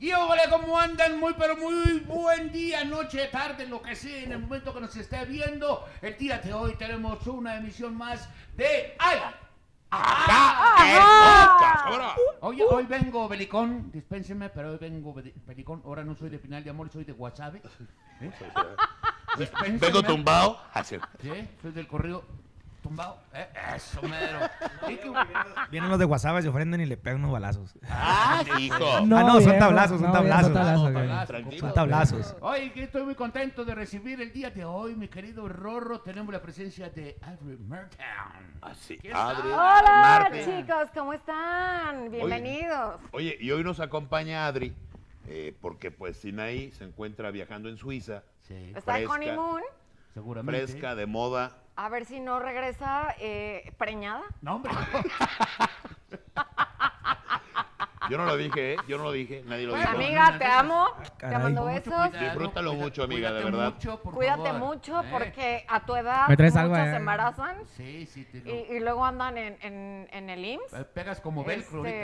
Y hola, ¿cómo andan? Muy, pero muy buen día, noche, tarde, lo que sea, en el momento que nos esté viendo. El día de hoy tenemos una emisión más de ¡Ay! Oye, hoy vengo belicón, dispénsenme, pero hoy vengo belicón. Ahora no soy de Pinal de Amor, soy de Guasave. Dispénsenme. Vengo tumbado. Sí, soy del corrido tumbado. Eso, mero. Vienen los de WhatsApp, se ofenden y le pegan unos balazos. Hijo. No, son viejo, tablazos, son no, tablazos. son tablazos, güey. Tranquilo. Son tablazos. Oye, que estoy muy contento de recibir el día de hoy, mi querido Rorro. Tenemos la presencia de Adri Mertown. Así. ¿Qué tal? Adri. Hola Marte. chicos, ¿cómo están? Bienvenidos. Oye, y hoy nos acompaña Adri, porque pues Sinaí se encuentra viajando en Suiza, Sí, Está en fresca. honeymoon. seguramente. fresca, de moda. A ver si no regresa preñada. No, hombre. Yo no lo dije, yo no lo dije, nadie lo dijo. Amiga, te amo. Te Caray. mando Con mucho besos. cuidado, Disfrútalo mucho, amiga, de cuídate verdad. mucho, por Cuídate favor. mucho porque a tu edad ¿Me traes muchos algo allá? se embarazan Sí, sí, te lo... y luego andan en el IMSS. Pegas como velcro ahorita.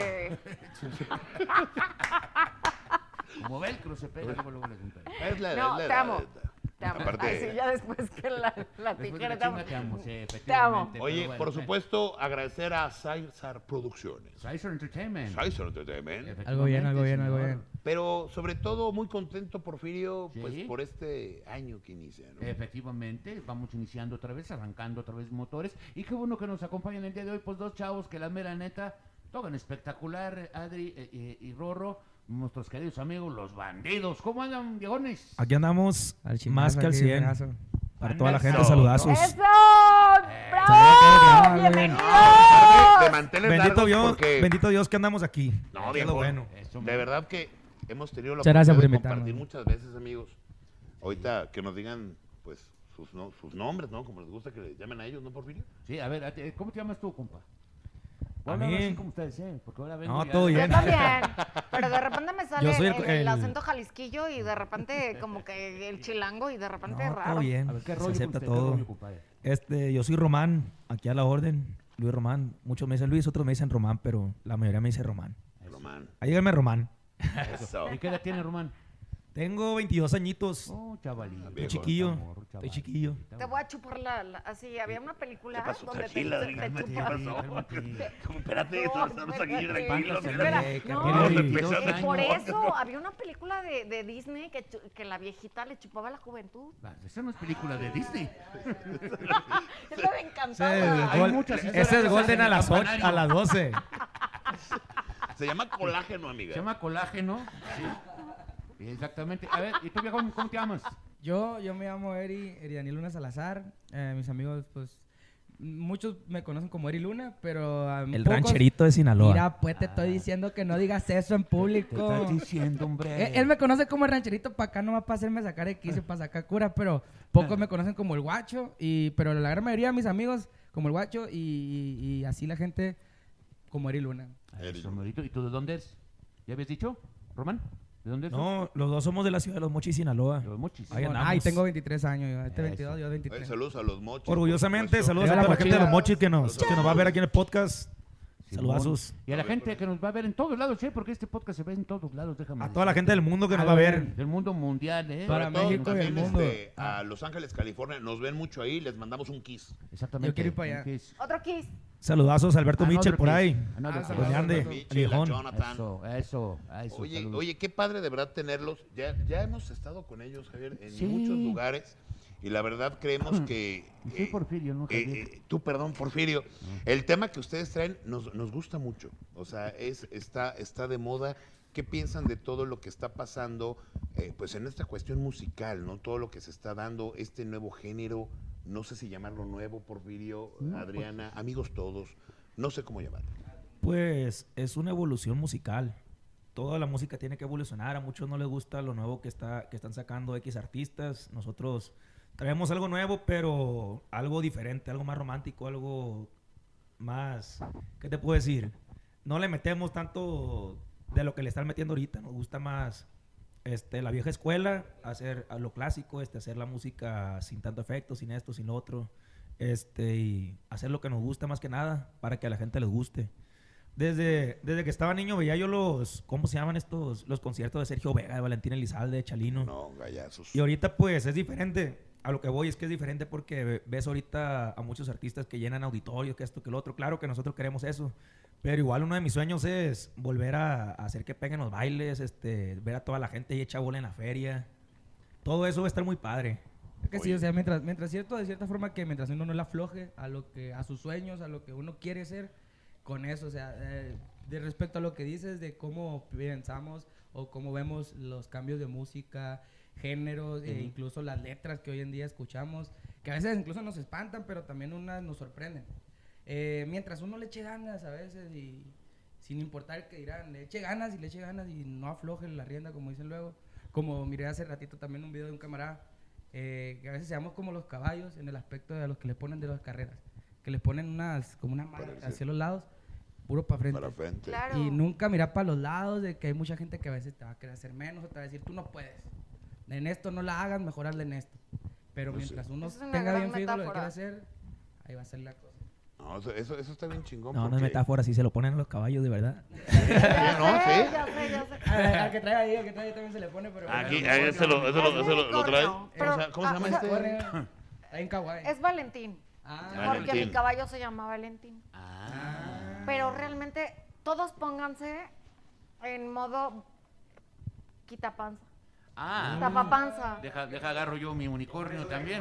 Como velcro se pega, luego les juntan. Es la, No, es te amo. Te amo. Aparte- Ay, sí, ya después que la Después de tijera la te amo. chinga te amo, sí, Te amo. efectivamente. Oye, pero bueno, por supuesto, agradecer a César Producciones. Sizer Entertainment. César Entertainment. Algo bien, algo bien, algo bien. Pero sobre todo muy contento, Porfirio, Sí. pues por este año que inicia, ¿no? Efectivamente, vamos iniciando otra vez, arrancando otra vez motores. Y qué bueno que nos acompañan el día de hoy, pues dos chavos que la mera neta tocan espectacular, Adri y Rorro, nuestros queridos amigos, los bandidos. ¿Cómo andan, viejones? Aquí andamos Al más que al 100. chingazo. Para toda la gente, Eso. saludazos. ¡Eso! ¡Bravo! Saludos, ¡Bienvenidos! De manteles Bendito largos Dios, porque... bendito Dios que andamos aquí. No, Es viejo, lo bueno. Eso, de verdad que hemos tenido la Muchas gracias por oportunidad de invitarme. compartir muchas veces, amigos. Ahorita que nos digan, pues, sus nombres, ¿no? Como les gusta que les llamen a ellos, ¿no, Porfirio? Sí, a ver, ¿cómo te llamas tú, compa? A Bueno, mí- así como ustedes, porque ahora vengo No, ya- todo Yo bien. también, pero de repente me sale Yo soy el acento jalisquillo y de repente como que el chilango y de repente No, raro. todo bien. A ver, ¿qué Se rollo acepta con usted? ¿Qué todo. rollo, compadre? Yo soy Román, aquí a la orden. Luis Román. Muchos me dicen Luis, otros me dicen Román, pero la mayoría me dice Román. Román. Ahí díganme Román. Eso. ¿Y qué edad tiene, Román? Tengo 22 añitos. Oh, chavalito. Estoy viejo. chiquillo. Amor, Estoy chaval. chiquillo. Te voy a chupar así, había una película ¿Qué pasó? donde Tranquila, te Adriana, ¿qué chupas. pasó? Cálmate. Como, espérate, No, estamos aquí espérate. tranquilos. Espera, que no, tiene 22 y por años. eso había una película de Disney que la viejita le chupaba la juventud. Esa no es película de Disney. Esa me encantaba. Hay muchas historias Ese es de Golden esas a las en el 8, campanario. a las 12. Se llama colágeno, amiga. Se llama colágeno. Sí. Exactamente. A ver, ¿y tú, viejo, cómo te llamas? Yo me llamo Eri Daniel Luna Salazar. Mis amigos, pues, muchos me conocen como Eri Luna, pero El pocos- rancherito de Sinaloa. Mira, pues te estoy diciendo que no digas eso en Te público. estás diciendo, hombre. Él me conoce como el rancherito para acá, nomás para hacerme sacar de quicio, para sacar cura, pero pocos me conocen como el guacho, pero la gran mayoría de mis amigos como el guacho y así la gente como Eri Luna. Eso, morito. ¿Y tú de dónde eres? ¿Ya habías dicho, Román? ¿De dónde eres? No, los dos somos de la ciudad de Los Mochis, Sinaloa. Yo de Mochis. Ahí andamos. Ay, tengo 23 años, yo. Este Eso. 22, yo Oye, 23. saludos a los mochis. Orgullosamente, por supuesto. saludos a Hola, toda la gente de Los mochila. Mochis que nos va a ver aquí en el podcast. Simón. Saludazos. Y a la gente que nos va a ver en todos lados, ¿eh? Porque este podcast se ve en todos lados, déjame A toda la decirte. gente del mundo que nos va a ver. Del mundo mundial, ¿eh? Para Sobre todo México y el también, mundo. a Los Ángeles, California. Nos ven mucho ahí, les mandamos un kiss. Exactamente. Yo quiero ir para allá. Entonces, Otro kiss. Saludazos a Alberto another Mitchell por kiss, ahí. another Ah, kiss. saludos. Donde ande, Michelle, a viejón. Jonathan. Eso, Oye, saludos. oye, qué padre de verdad tenerlos. Ya hemos estado con ellos, Javier, en Sí. muchos lugares. Y la verdad creemos que... Soy Porfirio, ¿no, Javier? tú, perdón, Porfirio. El tema que ustedes traen nos gusta mucho. O sea, está de moda. ¿Qué piensan de todo lo que está pasando pues en esta cuestión musical, ¿no? Todo lo que se está dando, este nuevo género, no sé si llamarlo nuevo, Porfirio, Adriana, amigos todos, no sé cómo llamarlo. Pues es una evolución musical. Toda la música tiene que evolucionar. A muchos no les gusta lo nuevo que están sacando X artistas. Nosotros traemos algo nuevo, pero algo diferente, algo más romántico, algo más, ¿qué te puedo decir? No le metemos tanto de lo que le están metiendo ahorita. Nos gusta más la vieja escuela, hacer a lo clásico, hacer la música sin tanto efecto, sin esto, sin lo otro, y hacer lo que nos gusta más que nada para que a la gente les guste. Desde que estaba niño veía yo ¿cómo se llaman estos? Los conciertos de Sergio Vega, de Valentín Elizalde, de Chalino. No, gallazos. Y ahorita pues es diferente. A lo que voy es que es diferente porque ves ahorita a muchos artistas que llenan auditorios, que esto, que lo otro. Claro que nosotros queremos eso. Pero igual uno de mis sueños es volver a hacer que peguen los bailes, ver a toda la gente y echa bola en la feria. Todo eso va a estar muy padre. Es que sí, o sea, mientras cierto, de cierta forma que mientras uno no le afloje a sus sueños, a lo que uno quiere ser, con eso, o sea, de respecto a lo que dices, de cómo pensamos o cómo vemos los cambios de música, géneros, incluso las letras que hoy en día escuchamos, que a veces incluso nos espantan, pero también unas nos sorprenden. Mientras uno le eche ganas a veces y sin importar que dirán, le eche ganas y no afloje la rienda, como dicen luego. Como miré hace ratito también un video de un camarada, que a veces seamos como los caballos en el aspecto de los que le ponen de las carreras, que les ponen como una mano hacia los lados, puro para frente. Para frente. Claro. Y nunca mirar para los lados, de que hay mucha gente que a veces te va a querer hacer menos o te va a decir, tú no puedes. En esto no la hagas, mejor hazle en esto. Pero Pues mientras uno Esa es una tenga gran bien fijo lo que metáfora. quiere hacer, ahí va a ser la cosa. No, eso está bien chingón. No, no es porque- metáfora, si se lo ponen a los caballos de verdad. Ya ¿no? sé, Sí. ya sé. Al que trae ahí también se le pone, pero... Aquí, bueno, ahí lo trae. Pero, ¿Cómo se llama este? corre ahí en Kawaii. Es Valentín. Porque Valentín. mi caballo se llama Valentín. Ah. Pero realmente todos pónganse en modo quitapanza. Tapapanza. Deja agarro yo mi unicornio también.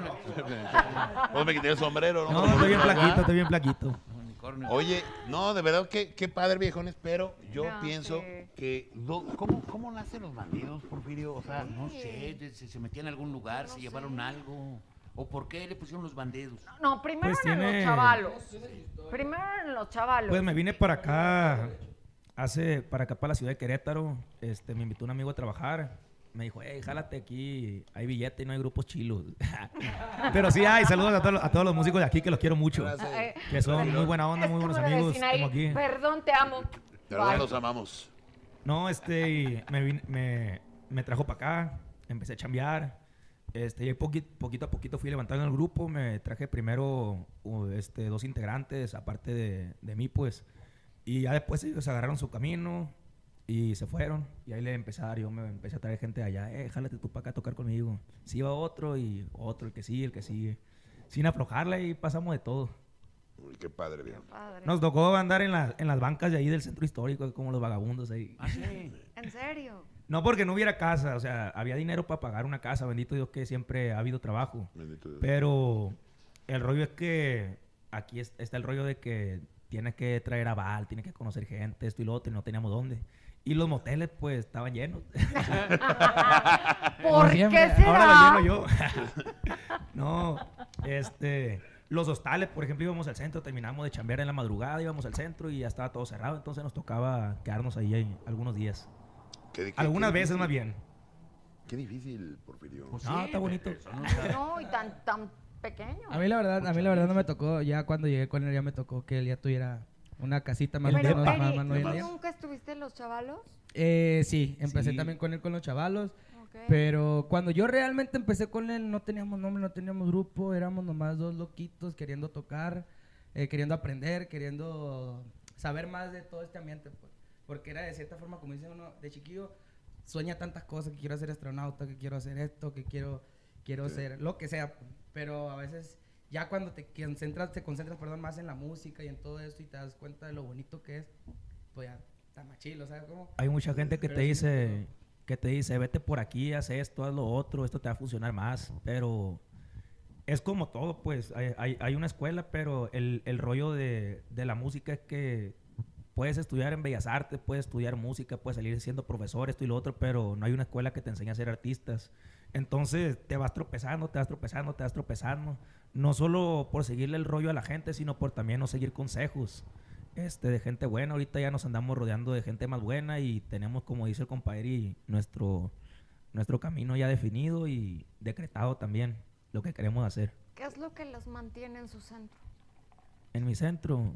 Pues me quité el sombrero, No, estoy bien flaquito, estoy bien flaquito. Unicornio. Oye, no, de verdad, qué padre, viejones, pero yo No, pienso sí. que... ¿Cómo nacen los bandidos, Porfirio? O sea, No sé, se metían en algún lugar, No se llevaron sé. algo. ¿O por qué le pusieron los bandidos? No, primero Pues en tiene- los chavalos. Primero en los chavalos. Pues me vine para acá, para la ciudad de Querétaro. Me invitó un amigo a trabajar. Me dijo, hey, jálate aquí, hay billete y no hay grupos chilos. Pero sí hay, saludos a todos los músicos de aquí que los quiero mucho. Ay, Que son muy buena onda, es muy como buenos le amigos, decían ahí, como aquí. Perdón, te amo. de verdad Bye. los amamos. No, me trajo para acá, empecé a chambear. Y poquito a poquito fui levantando el grupo. Me traje primero 2 integrantes, aparte de mí, pues. Y ya después ellos agarraron su camino y se fueron. Y ahí yo me empecé a traer gente de allá. Jálate tú para acá a tocar conmigo. Sí, iba otro y otro, el que sigue. Sin aflojarla y pasamos de todo. Uy, qué padre, viejo. Padre. Nos tocó andar en las bancas de ahí del centro histórico, como los vagabundos ahí. Ah, sí. ¿En serio? No porque no hubiera casa, o sea, había dinero para pagar una casa, bendito Dios que siempre ha habido trabajo. Bendito Dios. Pero el rollo es que aquí está el rollo de que tienes que traer aval, tienes que conocer gente, esto y lo otro, y no teníamos dónde. Y los moteles, pues, estaban llenos. ¿Por siempre. qué será? Ahora lo lleno yo. No, los hostales, por ejemplo, íbamos al centro, terminamos de chambear en la madrugada, íbamos al centro y ya estaba todo cerrado, entonces nos tocaba quedarnos ahí algunos días. Algunas veces difícil, más bien. Qué difícil, Porfirio. Pues No, sí, está bonito. eso no está- No, y tan pequeño. A mí la verdad no me tocó, ya cuando llegué con él ya me tocó que él ya tuviera una casita más o Pero, menos más Eri, hoy en ¿tú día. nunca estuviste en los chavalos? Sí, empecé Sí. también con él con los chavalos, Ok. pero cuando yo realmente empecé con él no teníamos nombre, no teníamos grupo, éramos nomás 2 loquitos queriendo tocar, queriendo aprender, queriendo saber más de todo este ambiente, pues. Porque era de cierta forma, como dice uno, de chiquillo, sueña tantas cosas, que quiero ser astronauta, que quiero hacer esto, que quiero ser lo que sea, pues. Pero a veces ya cuando te concentras, perdón, más en la música y en todo esto y te das cuenta de lo bonito que es, pues ya está más chilo, ¿sabes cómo? Hay mucha gente que Pero te sí dice, vete por aquí, haz esto, haz lo otro, esto te va a funcionar más, pero es como todo, pues, hay una escuela, pero el rollo de la música es que puedes estudiar en Bellas Artes, puedes estudiar música, puedes salir siendo profesor, esto y lo otro, pero no hay una escuela que te enseñe a ser artistas. Entonces te vas tropezando, no solo por seguirle el rollo a la gente, sino por también no seguir consejos de gente buena. Ahorita ya nos andamos rodeando de gente más buena y tenemos, como dice el compadre, nuestro camino ya definido y decretado también, lo que queremos hacer. ¿Qué es lo que los mantiene en su centro? En mi centro,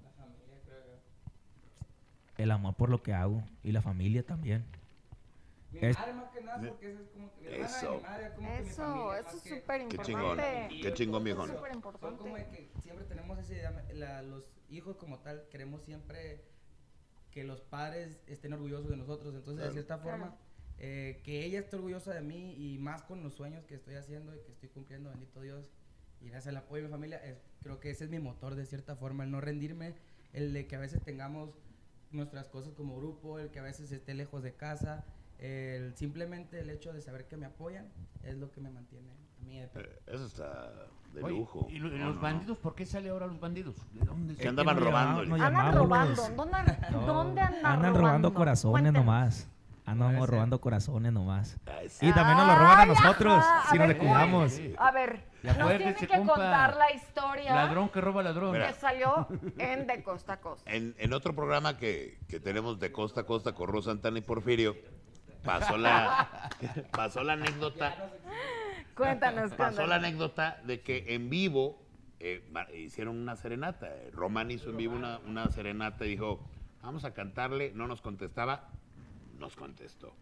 el amor por lo que hago y la familia también. Mi Es- madre más que nada, porque eso es como que mi hermana Eso. y mi madre, como que mi Eso, familia, eso más es que- súper Qué importante. chingón, qué chingón, viejón. Súper Son como de importante. que siempre tenemos esa idea, los hijos como tal, queremos siempre que los padres estén orgullosos de nosotros. Entonces, de cierta forma, que ella esté orgullosa de mí y más con los sueños que estoy haciendo y que estoy cumpliendo, bendito Dios. Y gracias al apoyo de mi familia, creo que ese es mi motor de cierta forma, el no rendirme, el de que a veces tengamos nuestras cosas como grupo, el que a veces esté lejos de casa, simplemente el hecho de saber que me apoyan es lo que me mantiene a mí de pie. Eso está de Oye, lujo. ¿y No, los no. bandidos? ¿Por qué sale ahora los bandidos? ¿De dónde Que andaban robando. no Andan llamamos robando. los- ¿Dónde andan Andan robando corazones Cuéntenos. nomás. Andamos Puede ser. robando corazones nomás. Ay, sí. Y también nos lo roban a Ay, nosotros ajá. si A nos ver, descuidamos. Sí. A ver, Y nos acuérdese, tiene que compa, contar la historia Ladrón que roba ladrón. Mira. que salió en De Costa a Costa. En otro programa que tenemos de costa a costa con Rosa Santana y Porfirio, pasó la anécdota. Cuéntanos, Pasó la anécdota de que en vivo hicieron una serenata. Román hizo en vivo una serenata y dijo, vamos a cantarle. No nos contestaba, nos contestó.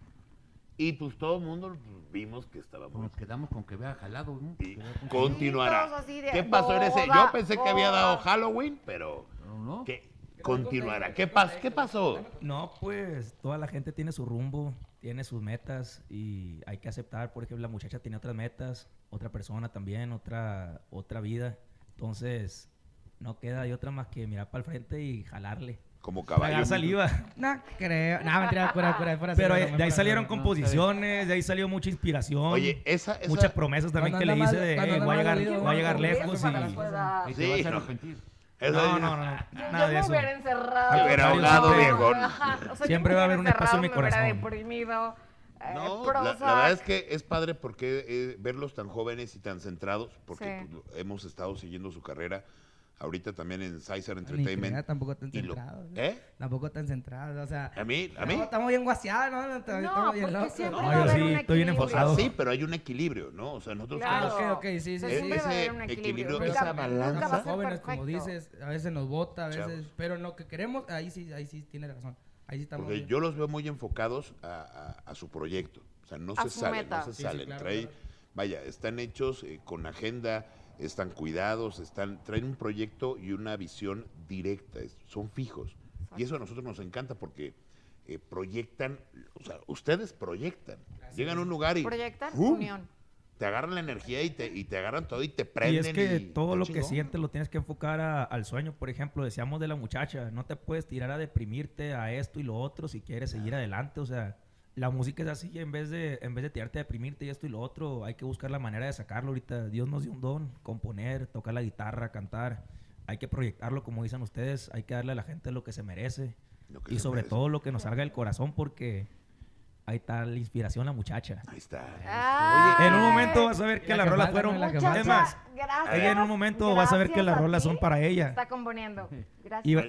Y pues todo el mundo vimos que estaba Pues muy... nos quedamos con que vea jalado, ¿no? Y Que vea con- continuará. todos así de ¿Qué pasó en ese? boda, Yo pensé que había dado boda. Halloween, pero ¿No? que continuará. ¿Qué pasó? No, pues toda la gente tiene su rumbo, tiene sus metas y hay que aceptar. Por ejemplo, la muchacha tiene otras metas, otra persona también, otra vida. Entonces, no queda de otra más que mirar para el frente y jalarle. Como caballo. Tragar saliva. No creo. No, mentira, fuera, Pero cero, de ahí fuera salieron cero. composiciones, de ahí salió mucha inspiración. Oye, esa... Muchas promesas también Cuando que le anda hice mal- de cuando anda voy a mal llegar, valido, voy a llegar ¿no? lejos Eso y... para las cosas. Ahí Sí, te vas a no. arrepentir. No, Nada nada de Yo me eso. hubiera encerrado. Me hubiera contrario, ahogado, siempre- viejo. Ajá, o sea, Siempre yo va a me haber un hubiera espacio en mi encerrado, me corazón. hubiera deprimido. No, Prozac. la verdad es que es padre porque verlos tan jóvenes y tan centrados, porque Sí. pues, hemos estado siguiendo su carrera. Ahorita también en Caesar Ni Entertainment. crea, tampoco tan y lo- centrados. ¿Eh? Tampoco tan centrados, o sea... ¿A mí? No, estamos bien guaseados, ¿no? Estamos bien porque locos. siempre No, va a yo haber sí, un estoy bien equilibrio. O sea, enfocado. sí, pero hay un equilibrio, ¿no? O sea, nosotros Claro. tenemos Ok, sí, sí, Siempre sí. va a haber Ese un equilibrio, Nunca- esa nunca balanza. va a Somos ser jóvenes, como perfecto. dices, a veces nos bota, a veces... Chavos. Pero en lo que queremos, ahí sí tiene razón. Ahí sí estamos Porque bien. yo los veo muy enfocados a su proyecto. O sea, no A se su salen, meta. no se Sí, sí, salen. claro, Trae- claro. Vaya, están hechos con agenda, están cuidados, traen un proyecto y una visión directa, son fijos. Y eso a nosotros nos encanta porque proyectan, o sea, ustedes proyectan. Llegan a un lugar y Proyectan ¡fum! unión. Te agarran la energía y te agarran todo y te Y prenden. es que todo está lo que chingón. sientes lo tienes que enfocar al sueño. Por ejemplo, decíamos de la muchacha, no te puedes tirar a deprimirte a esto y lo otro si quieres seguir adelante. O sea, la música es así, en vez de tirarte a deprimirte y esto y lo otro, hay que buscar la manera de sacarlo. Ahorita Dios nos dio un don, componer, tocar la guitarra, cantar. Hay que proyectarlo, como dicen ustedes, hay que darle a la gente lo que se merece. Lo que Y se sobre merece. todo lo que nos salga del corazón, porque ahí está la inspiración, la muchacha. Ahí está. Ay. En un momento vas a ver que La las que rolas falta, fueron... ¿no? La que Es falta. más, Gracias. ella en un momento vas a ver que las Gracias a rolas ti. son para ella. Está componiendo. Y, Gracias.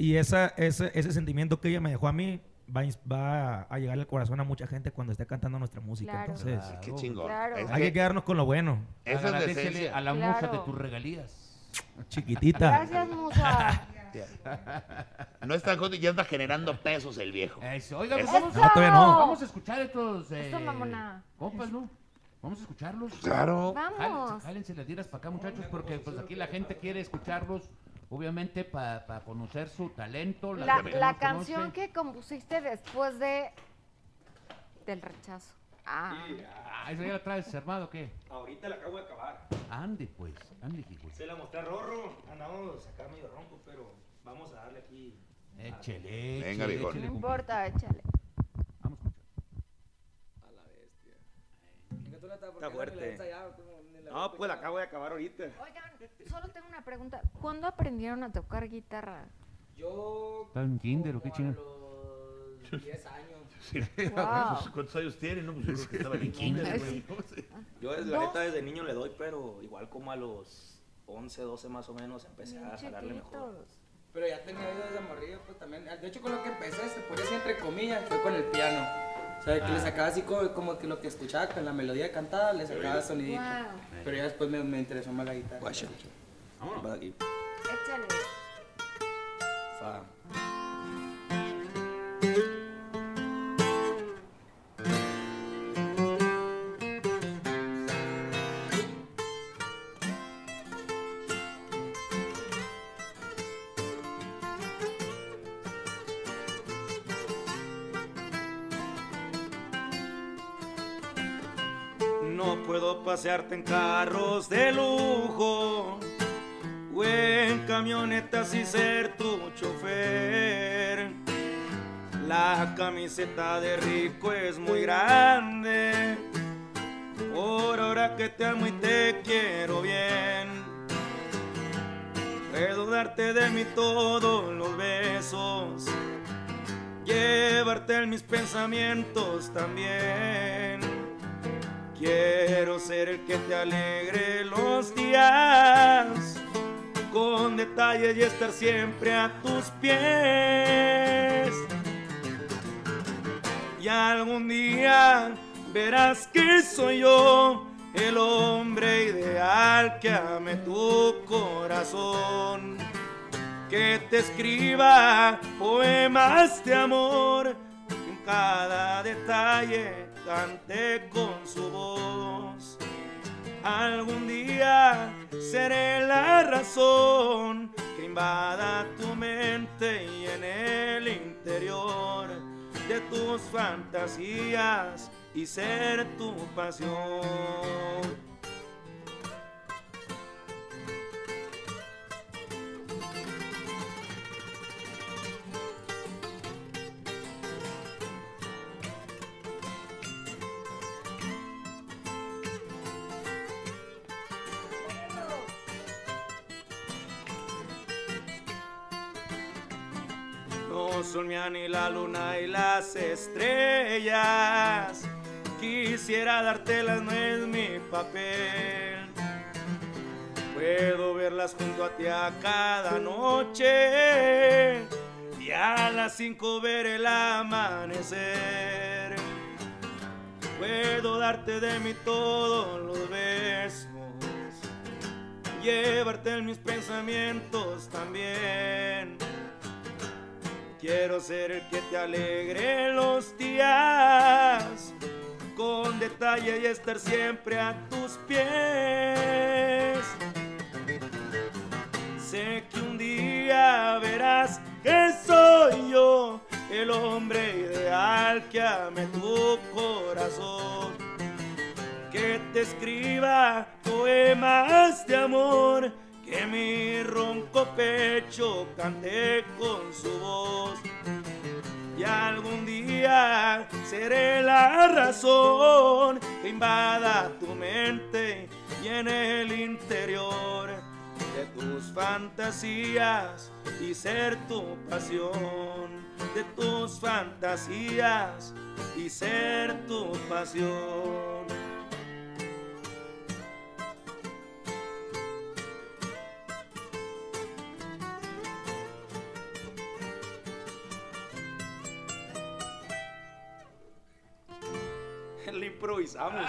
ese sentimiento que ella me dejó a mí va a llegar al corazón a mucha gente cuando esté cantando nuestra música. Claro. Entonces, Ay, qué chingón. Claro. Es hay que quedarnos con lo bueno. esa es la Agradécele esencia. a la musa Claro. de tus regalías. Chiquitita. Gracias, Musa. No está ya está generando pesos el viejo. Eso. Oiga, pues Eso. vamos, No, todavía no. vamos a escuchar estos Eso, mamona. compas, ¿no? Vamos a escucharlos. Claro. Vamos. Jálense las tiras para acá, muchachos, porque pues aquí la gente quiere escucharlos, obviamente, para conocer su talento. La gente que no los canción conoce. que compusiste después del rechazo. Ah, Ah, ¿eso ya la traes armado o qué? Ahorita la acabo de acabar. Ande, pues. Ande, hijo. Se la mostré a Rorro. Andamos acá medio ronco, pero vamos a darle aquí. Échele, Venga, échele, viejón. échele, no compa. importa, échale. Vamos a escuchar. A la bestia. Está fuerte. No, pues la acabo de acabar ahorita. Oigan, solo tengo una pregunta. ¿Cuándo aprendieron a tocar guitarra? Yo... ¿Está en kinder o qué como a chingada? los 10 años. Wow. ¿Cuántos años tiene? No, pues yo creo que estaba en kinder, güey. Yo la neta desde niño le doy, pero igual como a los 11, 12 más o menos empecé Bien a jalarle mejor. chiquitos. Pero ya tenía oído desde morrillo, pues también. De hecho, con lo que empecé, se podría decir entre comillas, fue con el piano. O sea, que le sacaba así como que lo que escuchaba con la melodía cantada, le sacaba sonidito. Wow. Pero ya después me interesó más la guitarra. Guacha. Va de aquí. Échale. Fa. no puedo pasearte en carros de lujo o en camionetas y ser tu chofer. La camiseta de rico es muy grande, por ahora que te amo y te quiero bien. Puedo darte de mí todos los besos, llevarte en mis pensamientos también. Quiero ser el que te alegre los días, con detalles y estar siempre a tus pies. Y algún día verás que soy yo el hombre ideal que ame tu corazón, que te escriba poemas de amor, en cada detalle cante con su voz. Algún día seré la razón que invada tu mente y en el interior de tus fantasías y ser tu pasión. No son ni la luna y las estrellas, quisiera dártelas, no es mi papel. Puedo verlas junto a ti a cada noche y a las 5 ver el amanecer. Puedo darte de mí todos los besos, llevarte en mis pensamientos también. Quiero ser el que te alegre los días, con detalle y estar siempre a tus pies. Sé que un día verás que soy yo el hombre ideal que ame tu corazón, que te escriba poemas de amor, que mi ronco pecho cante con su voz. Y algún día seré la razón que invada tu mente y en el interior de tus fantasías y ser tu pasión. De tus fantasías y ser tu pasión. Le improvisamos.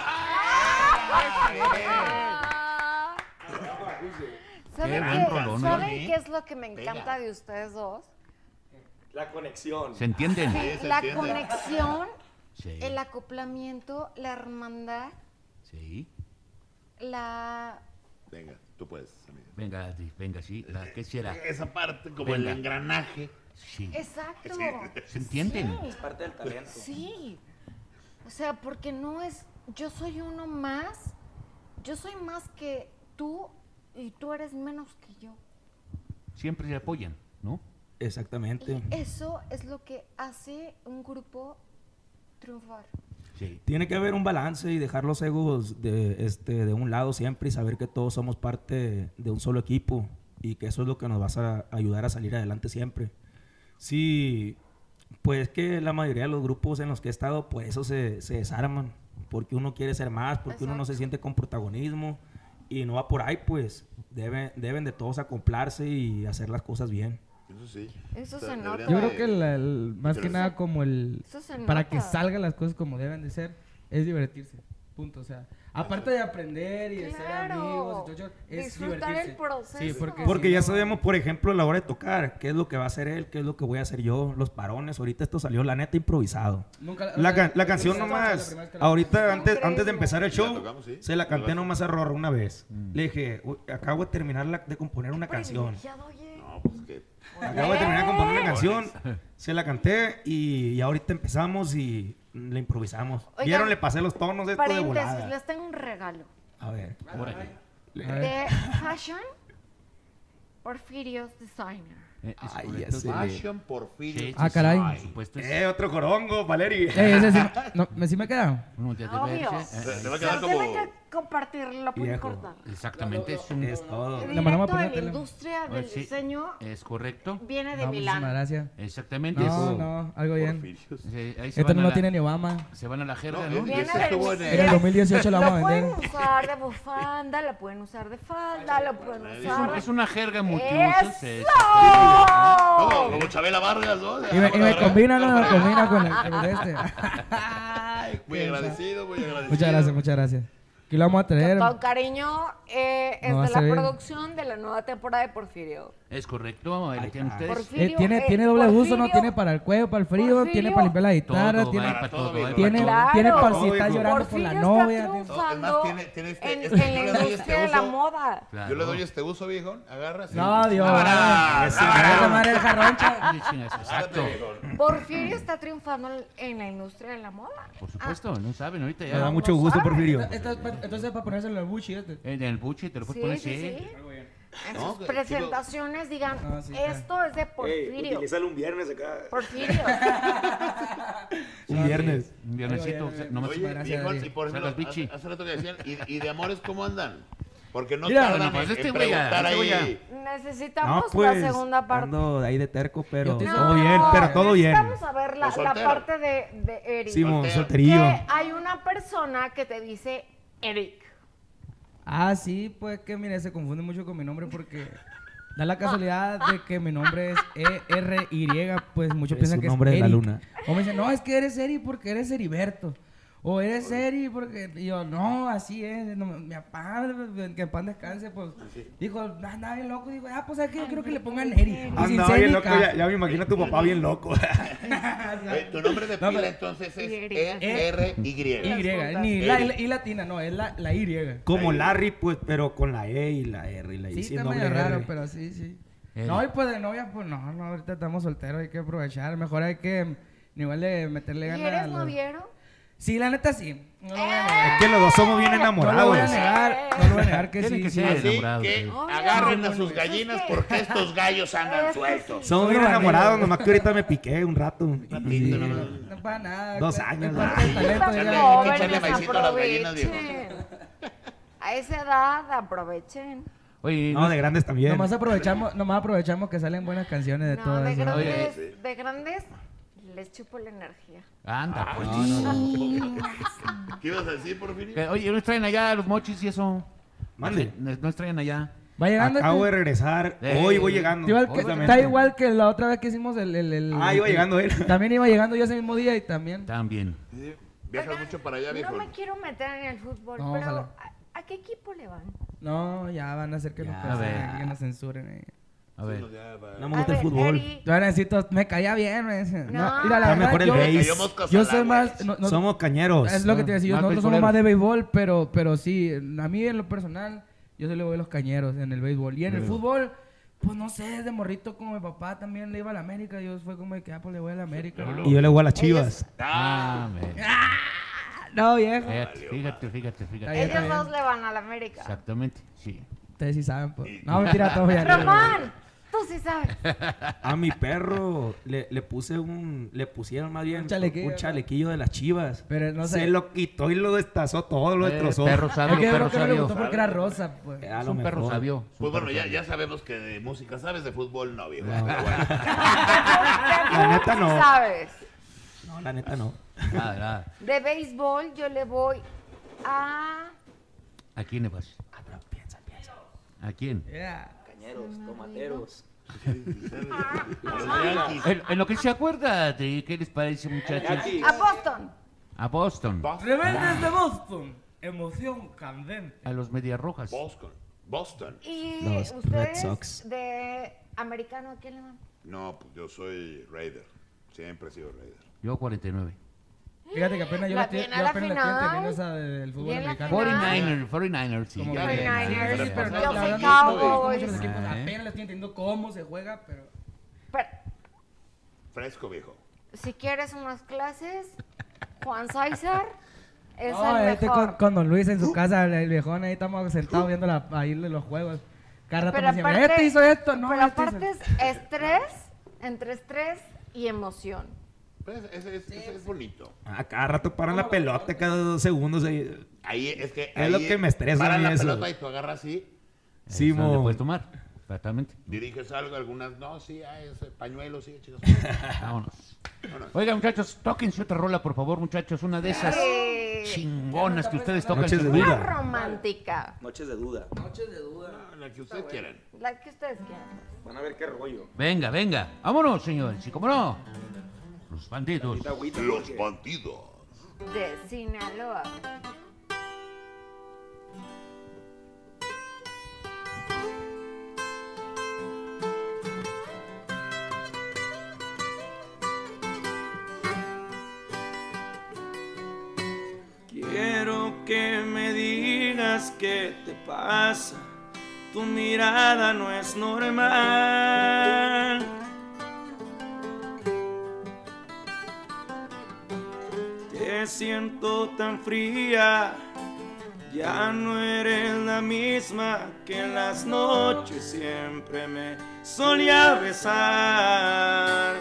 ¿Saben buen rolón, ¿no? qué es lo que me encanta de ustedes dos? La conexión. ¿Se entienden? se La entiende. conexión, Sí. el acoplamiento, la hermandad, Sí. la... Venga, tú puedes, amiga. Venga, Adri, venga, sí. ¿Qué será? Esa parte, como Venga. el engranaje. Sí. Exacto. ¿Se entienden? Es parte del talento. Sí. O sea, porque no es... Yo soy uno más. Yo soy más que tú y tú eres menos que yo. Siempre se apoyan, ¿no? Exactamente. Y eso es lo que hace un grupo triunfar. Sí. Tiene que haber un balance y dejar los egos de un lado siempre y saber que todos somos parte de un solo equipo y que eso es lo que nos va a ayudar a salir adelante siempre. Sí, pues que la mayoría de los grupos en los que he estado, pues eso se desarman porque uno quiere ser más, porque uno no se siente con protagonismo y no va por ahí, pues deben de todos acoplarse y hacer las cosas bien. Eso sí. Eso O sea, se nota. deberían Yo de- creo que más que nada como Eso se para que nota. salgan las cosas como deben de ser, es divertirse. Punto. O sea, aparte de aprender y de ser Claro. amigos, y chochos, es Disfrutar divertirse. el proceso. Sí, Porque si ya no- sabemos, por ejemplo, a la hora de tocar, qué es lo que va a hacer él, qué es lo que voy a hacer yo, los parones. Ahorita esto salió, la neta, improvisado. Nunca, La canción la nomás, primera vez que la- ahorita Increíble. antes de empezar el La show, tocamos, sí. se la canté ¿Verdad? nomás a Rorro una vez. Le dije, "Uy, acabo de terminar de componer una canción. Privilegiado, oye. No, pues que... Acabo de terminar de componer una canción, se la canté y ahorita empezamos y la improvisamos. Oigan, ¿Vieron? Le pasé los tonos de esto de Paréntesis, volada. les tengo un regalo. A ver. Órale. De Fashion Porfirios Designer. Es Ay, correcto. ya sé. Fashion Porfirio. Sí, Ah, caray. Por supuesto. Otro corongo, Valeri. Ese sí, no, sí me queda. Uno de Obvio. verse, Te va a quedar Pero como... tienen que compartirlo, lo pueden Viejo. cortar. Exactamente, es un... Es todo. Le mandamos a Directo de poner la tele. industria del Sí, diseño es correcto. viene de No, muchísimas Milán. gracias. Exactamente. No, es- no, algo bien. Porfirios. Sí, ahí se Esto van no a lo la- tiene ni Obama. Se van a la jerga, No, ¿no? es- Viene Ese del estuvo en En el 2018 lo vamos a pueden vender. usar de bufanda, lo pueden usar de falda, lo pueden usar. Es una jerga multiusos. ¡Eso! Como Chabela Vargas, ¿no? Y me combina, no me combina con el este. Ay, Muy qué agradecido, muy agradecido. Muchas gracias, muchas gracias. Aquí lo vamos a traer. Con cariño, es No va a de la ser bien. producción de la nueva temporada de Porfirio. Es correcto, ahí lo tienen ay. ustedes. Porfirio, Tiene doble uso, ¿no? Porfirio- Tiene para el cuello, para el frío, Porfirio. tiene para limpiar la guitarra, Todo, tiene, va para todo, va tiene, para Claro. tiene para si Todo, estás hijo. llorando por la Porfirio novia. está tiene- triunfando No, es más, tiene este- en yo la le doy industria este de la uso. moda. Claro. Yo le doy este uso, viejo. Agarra. sí. No, Dios. Ah, Esa madre es jarroncha. Sí, chingas, exacto. Agárrate, viejo. Porfirio está triunfando en la industria de la moda. Por supuesto, no saben, ahorita Me ya. da Vamos mucho gusto, a ver. Porfirio. Entonces para ponérselo al buchi este. En el buche te lo puedes Sí, poner, sí, sí. sí. En No, sus que- presentaciones digan, Ah, sí, claro. esto es de Porfirio. Utilízalo un viernes acá. Porfirio. Un viernes. Un viernesito, Oye, nomás. Oye, Gracias, viejo, Darío. y por ejemplo, Salas, bichi. hace rato que decían, ¿y de amores cómo andan? Porque no Mira, tardan pues en este güey ya, preguntar este güey ahí. Necesitamos No, pues, la segunda parte. ando ahí de terco, pero Yo te- todo bien, pero todo bien. Vamos a ver la O soltero. parte de Eric. Simón, Soltero. solterillo. Que hay una persona que te dice Eric. Ah, sí, pues que mire, se confunde mucho con mi nombre porque da la casualidad de que mi nombre es ERY, pues muchos Es piensan un que nombre es de la Eric. luna. O me dicen, no, es que eres Eri porque eres Heriberto. O eres Eri porque... Y yo, no, así es. No, mi papá, que en pan descanse, pues... Dijo, andaba bien loco. Dijo, pues ¿sabes qué? Yo quiero que le pongan Eri. Y sin Andaba C bien ni loco, K. ya me imagino a tu papá bien loco. Tu nombre de No, pila pero- entonces es Y. ERY. Y, ni la I latina, no, es la Y. Como Larry, pues, pero con la E y la R y la I Sí, sin está doble medio R. raro, pero sí, sí. Eri. No, y pues de novia, pues no, ahorita estamos solteros, hay que aprovechar. Mejor hay que igual de meterle ¿Y ganas. eres a los- noviero? Sí, la neta sí. No lo voy a negar. Es que los dos somos bien No lo voy a enamorados. negar, no lo voy a negar que Tienen sí. que sí. ser. Así Enamorados, que sí. Obvio. agarren a sus Es gallinas que- porque estos gallos andan Es que sueltos. Somos bien Solo enamorados, barriga. nomás que ahorita me piqué un rato. Rapidito, Y- nomás. No para nada. 2 es años, parte del ay. talento, Echarle- diga. Jóvenes, echarle maicito a las gallinas, viejo. aprovechen. A esa edad, aprovechen. Oye, No, de grandes también. Nomás aprovechamos que salen buenas canciones de No, todo de eso. grandes, de grandes, les chupo la energía. anda, pues. ¿Qué ibas a decir, Porfirio? Oye, ¿no extraen allá los mochis y eso? Mande. No extraen allá. Va llegando. Acabo de este- regresar. Hoy voy llegando. igual que- justamente. está igual que la otra vez que hicimos el Ah, iba llegando él. También iba llegando yo ese mismo día y también. También. Sí, Viajas mucho para allá, viejo. No me quiero meter en el fútbol, No, pero ojalá. ¿a qué equipo le van? No, ya van a hacer que nos Ya, cancelen, a ver. que nos censuren. A ver. No me A gusta el ver, fútbol. Eri, Yo necesito, me caía bien, me dicen. No. Mira, la Está verdad, mejor el yo, base. Cayó moscas yo al soy agua. más, Somos cañeros. es lo que te iba a decir, Más nosotros somos beisboleros. más de béisbol, pero sí, a mí en lo personal, yo se le voy a los cañeros en el béisbol. Y en el fútbol, pues no sé, de morrito como mi papá también le iba a la América, yo fue como de que, pues le voy a la América. Y yo le voy a las chivas. Ah, man. No, viejo. Fíjate. Ahí está ellos bien. dos le van a la América. Exactamente, sí. Ustedes sí saben, pues. No, mentira, todo bien. Román, tú sí sabes. A mi perro le pusieron más bien Un chalequillo, un chalequillo de las chivas. Pero no sé. Se lo quitó y lo destazó todo, lo destrozó. Perro Es sabio, que yo perro creo que no le sabio. gustó porque era rosa, pues. A Es lo un perro mejor. sabio. Pues bueno, ya sabemos que de música sabes, de fútbol no, viejo. Pero bueno. La neta Sí no. sabes. No, la neta no. Nada. De béisbol yo le voy a... ¿A quién le vas? Piensa. ¿A quién? Yeah. Cañeros, tomateros. Los Yankees. En lo que se acuerda de qué les parece, muchachos. A Boston. A Boston. Rebeldes de Boston. Emoción candente. A los Medias Rojas. Boston. Y Los Red ustedes Sox. de americano, ¿a quién le van? No, pues yo soy Raider. Siempre he sido Raider. Yo 49. Fíjate que apenas yo La la estoy, tiene a yo la apenas la estoy final. entendiendo esa del fútbol Y en la americano. final. 49ers, sí. Como ya que- ven. 49ers, Sí, pero yo la soy verdad no Cowboys. conozco mucho los equipos, Ah, apenas le estoy entendiendo cómo se juega, pero... Pero, Fresco, viejo. si quieres unas clases, Juan César, Es No, el estoy mejor. con Don Luis en su casa, el viejón, ahí estamos sentados viendo ahí los juegos. Cada rato Pero me decía, aparte, este hizo esto, no, pero este hizo aparte es estrés, entre estrés y emoción. Pues es bonito. Cada rato paran la pelota cada 2 segundos. Ahí es que. Es lo que me estresa a Paran mí la eso. pelota y tú agarras así, Sí, Eso le mo. puedes tomar, exactamente. diriges algo, algunas. No, sí, ese pañuelo, sí, chicos. Vámonos. Vámonos. Oiga, muchachos, tóquense otra rola, por favor, muchachos. Una de esas chingonas que ustedes tocan. Noches de sin Una duda. romántica, Noches de duda. La que ustedes quieran. la que ustedes quieran. Van a ver qué rollo. Venga, venga. Vámonos, señores. Y cómo no. Los bandidos. Ahorita agüita, Los porque- bandidos. De Sinaloa. Quiero que me digas qué te pasa. Tu mirada no es normal. Te siento tan fría. Ya no eres la misma que en las noches siempre me solía besar.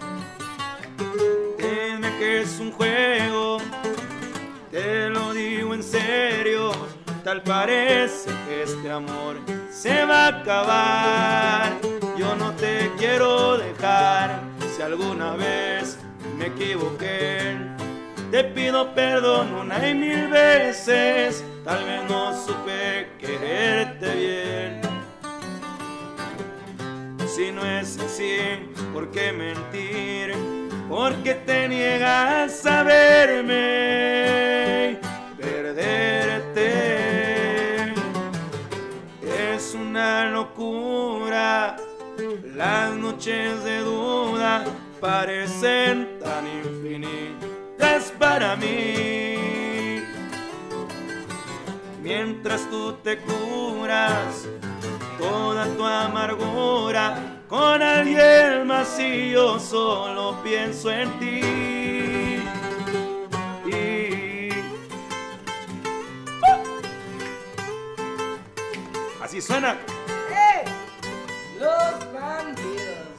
Dime que es un juego, te lo digo en serio, tal parece que este amor se va a acabar. Yo no te quiero dejar, si alguna vez me equivoqué, te pido perdón 1 y 1000 veces, tal vez no supe quererte bien. Si no es así, ¿por qué mentir? ¿Por qué te niegas a verme? Perderte es una locura. Las noches de duda parecen tan infinitas para mí. Mientras tú te curas toda tu amargura con alguien más y yo solo pienso en ti. Así suena. Los bandidos.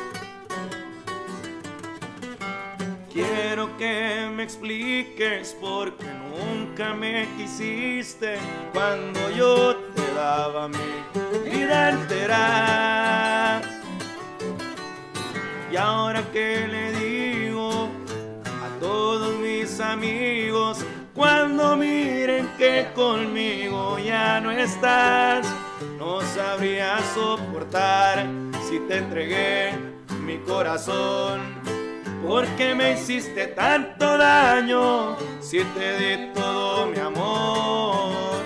Quiero que me expliques por qué nunca me quisiste cuando yo te daba mi vida entera. Y ahora que le digo a todos mis amigos, cuando miren que conmigo ya no estás, no sabría soportar si te entregué mi corazón. ¿Por qué me hiciste tanto daño si te di todo mi amor?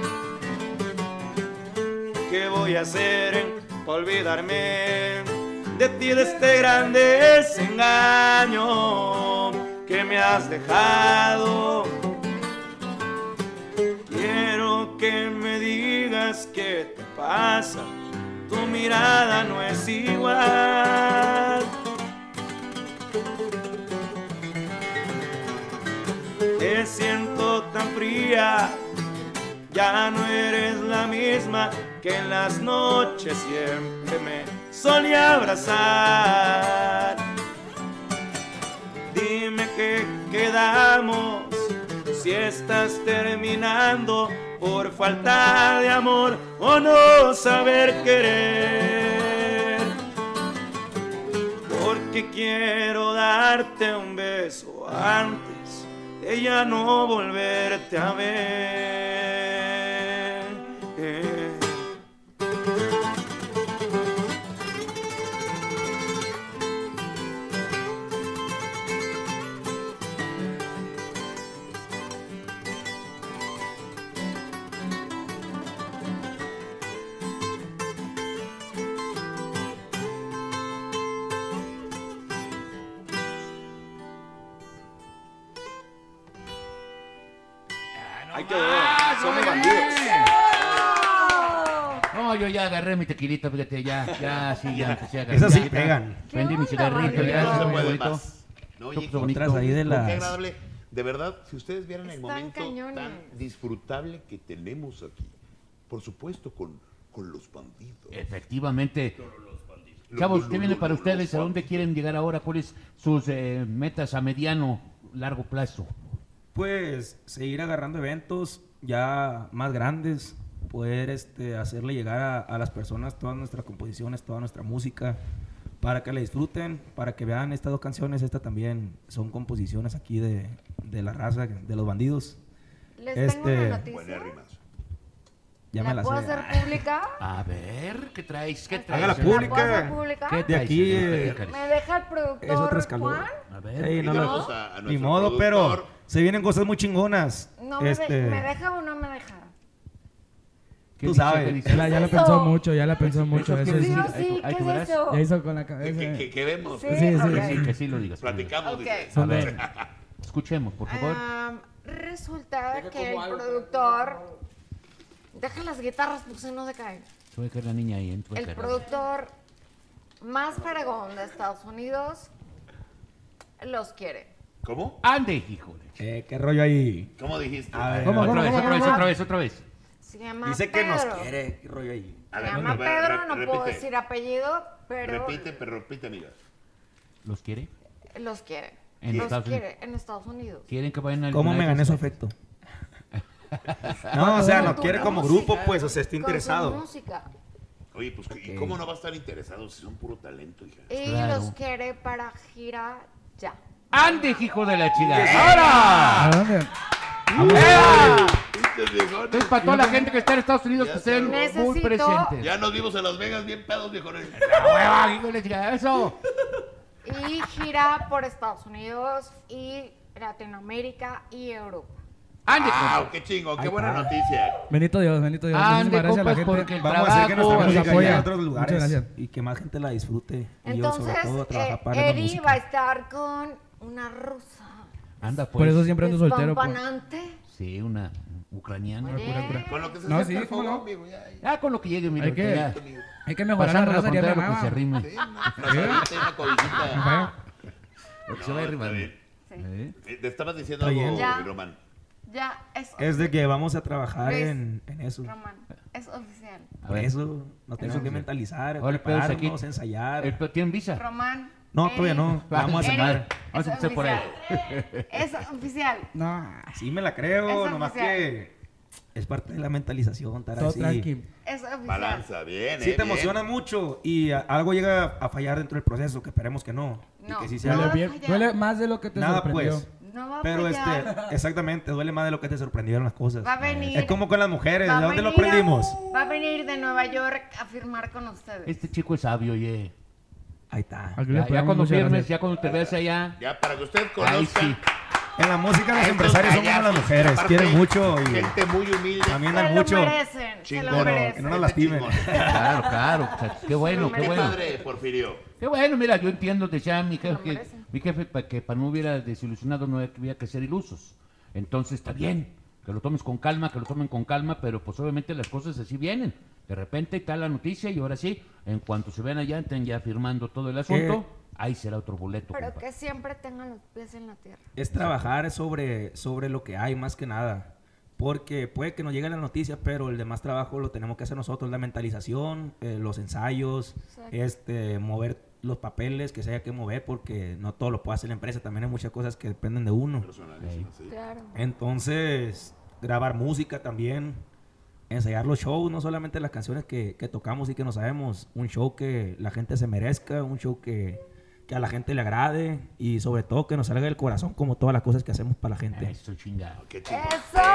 ¿Qué voy a hacer para olvidarme de ti, de este gran desengaño que me has dejado? Quiero que me digas qué te pasa, tu mirada no es igual. Te siento tan fría, ya no eres la misma que en las noches siempre me solía abrazar. Dime qué quedamos, si estás terminando por falta de amor o no saber querer. Porque quiero darte un beso antes de ya no volverte a ver. Hay que ver, somos bandidos. No, yo ya agarré mi tequilita, fíjate, ya empecé a agarrar. Esas sí tequilita. pegan. Prendí mi ¿Qué onda, cigarrito, Mario? ya, No se muy puede bonito. más. No, oye, Súper bonito. Otras ahí de qué las... agradable. de verdad, si ustedes vieran el Están momento cañones. tan disfrutable que tenemos aquí, por supuesto, con los bandidos. Efectivamente. Chavos, ¿qué viene para ustedes? ¿A dónde quieren llegar ahora? ¿Cuáles sus metas a mediano, largo plazo? Pues seguir agarrando eventos ya más grandes, poder hacerle llegar a las personas todas nuestras composiciones, toda nuestra música, para que la disfruten, para que vean estas 2 canciones. Esta también son composiciones aquí de la raza, de los bandidos. Les tengo una noticia. Buenas rimas. Ya me ¿La la puedo sé. hacer pública? A ver, ¿qué traes? ¿Qué traes? Hágala ¿La puedo pública. hacer pública? ¿Qué De traes, aquí, señorita Yacaris? ¿Me deja el Es productor otro escalón. Juan? A ver. Ey, no, Y no, tenemos a ni nuestro modo, pero productor. se vienen cosas muy chingonas. No me, ¿me deja o no me deja? ¿Qué Tú dice? sabes. ¿Qué dice? Ya la Eso. pensó mucho, ya la pensó mucho. ¿Eso Eso quiere sí. Sí o decir? sí, Ay, ¿qué tú es verás. eso? Ya hizo con la cabeza. ¿Qué vemos? Sí, Sí, sí. ok. Que sí lo digas. Platicamos, Ok. dice. A ver, escuchemos, por favor. Resulta que el productor... Deja las guitarras porque si no se caen. Se va a dejar la niña ahí. Se va a El dejar. productor más fregón de Estados Unidos los quiere. ¿Cómo? Ande, híjole. ¿Qué rollo ahí? ¿Cómo dijiste? A ver. ¿Cómo, Otra vez, cómo, otra vez, cómo? otra vez, otra vez. Se llama Dice que Pedro. nos quiere. ¿Qué rollo ahí? A Se ver, llama Pedro, no puedo repite. decir apellido, pero Repite, amiga. ¿Los quiere? los quiere. En Los Estados quiere en Estados Unidos. ¿Quieren que vayan al ¿Cómo me gané su afecto? No, o sea, no Con quiere tu como música, grupo, pues, o sea, está con su interesado. música. Oye, pues, ¿y cómo no va a estar interesado si son puro talento, hija? Y Claro. los quiere para gira ya. ¡Ande, hijo de la chingada! ¡Ahora! ¿A dónde? ¡Ea! Pinches viejones. Entonces, para toda la gente que está en Estados Unidos, Ya que estén sé. muy Necesito- presentes. Ya nos vimos en Las Vegas bien pedos, viejones. ¡La hueva, hijo de la chingada! ¡Eso! Y gira por Estados Unidos y Latinoamérica y Europa. ¡Ande, ¡Ah, compa! qué chingón! ¡Qué buena noticia! Bendito Dios, bendito Dios. Ande, Muchísimas gracias a la compas, gente. porque el Vamos a hacer que nuestra trabajo nos música apoya. llegue a otros Muchas lugares gracias. y que más gente la disfrute. Y yo, Entonces, sobre todo, trabajar para la Eddie música. va a estar con una rusa. Anda, pues. Por eso siempre ando soltero. pues. Despampanante. Sí, una ucraniana. Muy bien. Con lo que se No, acerca sí, el ¿cómo fogón, no? amigo, ya. Ya con lo que llegue, mira, Hay que- ya. Hay que mejorar la Pasando la raza, ya me frontera lo que amaba. se rime. Sí, una frazadita y una cobijita. Ajá. Lo que se va a ir está rimando. bien. ¿Eh? Te estabas diciendo Está algo, bien. Ya. Román. Ya, es Es de que vamos a trabajar Luis. en eso. Román, es oficial. A Por ver. eso nos tenemos que mentalizar, Ahora, pero aquí- prepararnos, ensayar. ¿Tienen visa? Román. No, todavía no. Eric, Vamos a Eric, cenar. Vamos a es empezar por ahí. oficial. Es oficial. No, Sí me la creo, Es nomás oficial. que es parte de la mentalización, estar todo así. tranqui. Es oficial. Balanza, bien, Sí te bien. emociona mucho y algo llega a fallar dentro del proceso, que esperemos que no. No, y que sí no sea va Duele, a bien, fallar. duele más de lo que te nada, sorprendió. pues. No va a Pero fallar. exactamente, duele más de lo que te sorprendieron las cosas. Va a venir. Es como con las mujeres, va ¿de a dónde lo venir a- aprendimos? Va a venir de Nueva York a firmar con ustedes. Este chico es sabio, oye. Ahí está. Aquí le Ya ponemos cuando muchas firmes, gracias. ya cuando te veas allá. Ya, para que usted Ahí conozca. sí. En la música los Estos empresarios son como las payasos, mujeres, aparte, quieren mucho y Gente muy humilde. también Se dan lo mucho. merecen. Se Chingón, lo Pero que merecen. no nos lastimen. Chingón. Claro, claro. O sea, qué bueno, qué Qué bueno. padre, Porfirio. Qué bueno, mira, yo entiendo, decía mi Lo jefe, merecen. que para no hubiera desilusionado no había que ser ilusos. Entonces está bien, que lo tomes con calma, que lo tomen con calma, pero pues obviamente las cosas así vienen. De repente está la noticia y ahora sí, en cuanto se vean allá, estén ya firmando todo el asunto, ahí será otro boleto. Pero compa. que siempre tengan los pies en la tierra. Es trabajar sobre lo que hay más que nada. Porque puede que nos llegue la noticia, pero el demás trabajo lo tenemos que hacer nosotros. La mentalización, los ensayos, Exacto. mover los papeles que se haya que mover, porque no todo lo puede hacer la empresa. También hay muchas cosas que dependen de uno. Personalísimo, sí. Claro. Entonces, grabar música también, ensayar los shows, no solamente las canciones que tocamos y que no sabemos. Un show que la gente se merezca, un show que a la gente le agrade y sobre todo que nos salga del corazón como todas las cosas que hacemos para la gente. Eso chingado. Qué chingón. ¡Eso!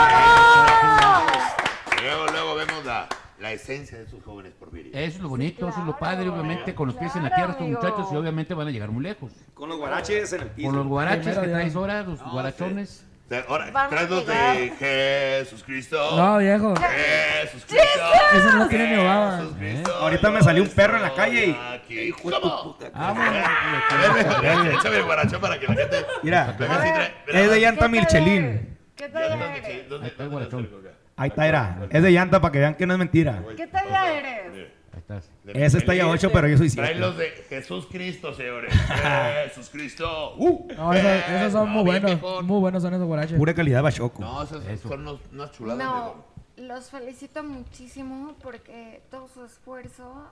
Luego vemos la esencia de esos jóvenes, Porfirio. Eso es lo bonito, eso es lo claro. padre, obviamente con los pies en la Claro, tierra estos amigo. muchachos y obviamente van a llegar muy lejos. Con los guaraches en el piso. Con los guaraches Primero que Dios. traes ahora, los guarachones. O sea, ahora, Vamos traes a los de Jesús Cristo. No, viejo. Jesús Cristo. Eso no tiene mi Obama. Jesús Cristo. Ahorita me salió un perro en la calle y- Aquí, ¿cómo? Ah, A ver, échame el guarachón para que la gente... Mira, A ver si trae- es de llanta ¿Qué tal Michelin. eres? ¿Qué Ya talla está, eres? ¿dónde- Ahí está el dónde guarachón. está el coca? Ahí está, era. Es de llanta para que vean que no es mentira. ¿Qué talla eres? Ahí está estás? Ese está ya 8, pero yo soy 7. Trae los de Jesús Cristo, señores. Jesús Cristo. No, esos son muy bien, buenos. viejón. Muy buenos son esos guaraches. Pura calidad bachoco. No, esas Eso. son unas chuladas. No, de- los felicito muchísimo porque todo su esfuerzo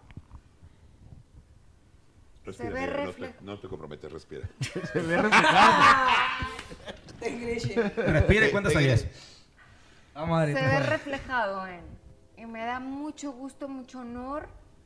Respira, Se ve Miguel, reflejo. no te comprometes, respira. Se ve reflejado. Respira y cuenta hasta 10. Vamos a ver. se ve reflejado y me da mucho gusto, mucho honor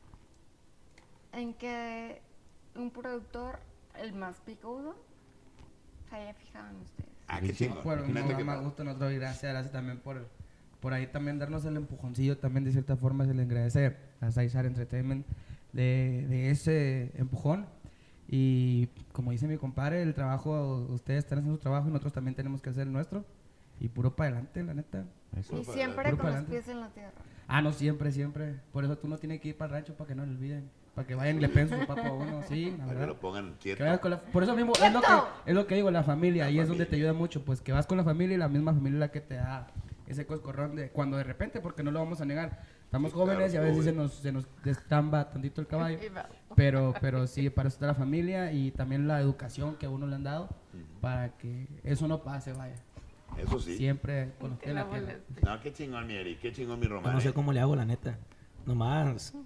en que un productor, el más picudo, se haya fijado en ustedes. Ah, qué chingo. Bueno, Imagínate no, que más gusto nosotros y gracias también por ahí también darnos el empujoncillo, también de cierta forma se le agradece a Saizar Entertainment de ese empujón. Y como dice mi compadre, el trabajo, ustedes están haciendo su trabajo y nosotros también tenemos que hacer el nuestro. Y puro para adelante, la neta. Eso. Y siempre Puro con los pa'lante. pies en la tierra. Ah, no, siempre, siempre. Por eso tú no tienes que ir para el rancho para que no le olviden. Para que vayan y le peguen su papá a uno, sí, la Para que verdad. lo pongan Que quieto. vayas con por eso mismo, es lo que digo, la familia, ahí es donde te ayuda mucho, pues que vas con la familia y la misma familia es la que te da ese coscorrón de cuando de repente, porque no lo vamos a negar, estamos Sí, jóvenes claro, y a veces joven. se nos destramba tantito el caballo, pero sí, para eso está la familia y también la educación que a uno le han dado para que eso no pase, vaya, Eso sí. siempre con los pies en la tierra. No, qué chingón, mi Eri, qué chingón, mi Yo Román. no sé cómo le hago, la neta. Nomás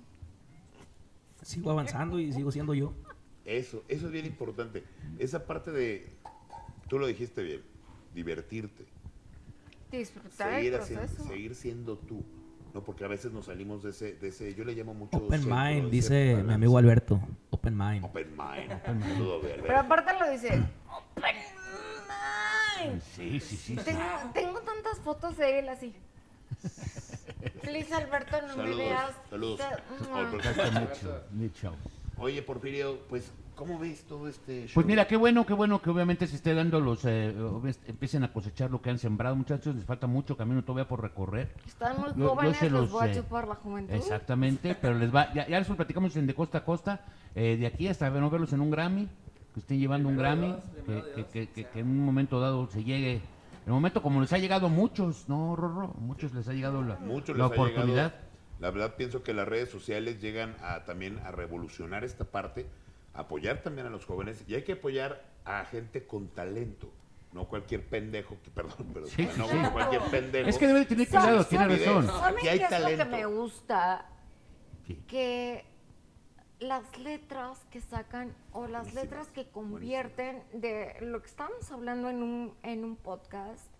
sigo avanzando y sigo siendo yo. Eso es bien importante. Esa parte de, tú lo dijiste bien, divertirte. Disfrutar Seguir, el proceso. seguir siendo tú. No, porque a veces nos salimos de ese yo le llamo mucho Open centro, mind, ese dice mi balance. amigo Alberto. Open mind. Open mind. Saludo, Alberto. Pero aparte lo dice, Open Mind. Sí, sí, sí. Tengo tantas fotos de él así. Please, Alberto, no me Saludos, veas. saludos. Te- Alberto. Nicho. Oye, Porfirio, pues, ¿cómo ves todo este show? Pues mira, qué bueno que obviamente se esté dando empiecen a cosechar lo que han sembrado, muchachos, les falta mucho camino todavía por recorrer. Están muy Yo jóvenes, se los los, voy a eh, chupar la juventud. Exactamente, pero les va, ya les platicamos en de costa a costa, de aquí hasta no verlos en un Grammy, que estén llevando un Grammy, que en un momento dado se llegue, en un momento como les ha llegado a muchos, ¿no, Rorro? Muchos les ha llegado Mucho la les ha oportunidad. llegado. La verdad pienso que las redes sociales llegan también a revolucionar esta parte, a apoyar también a los jóvenes y hay que apoyar a gente con talento, no cualquier pendejo, pero Sí, no sí, sí. cualquier pendejo. Es que debe de tener cuidado, tiene razón. ¿Saben Aquí qué hay es lo que talento. me gusta? Sí. Que las letras que sacan o las Buenísimo, letras que convierten de lo que estábamos hablando en un podcast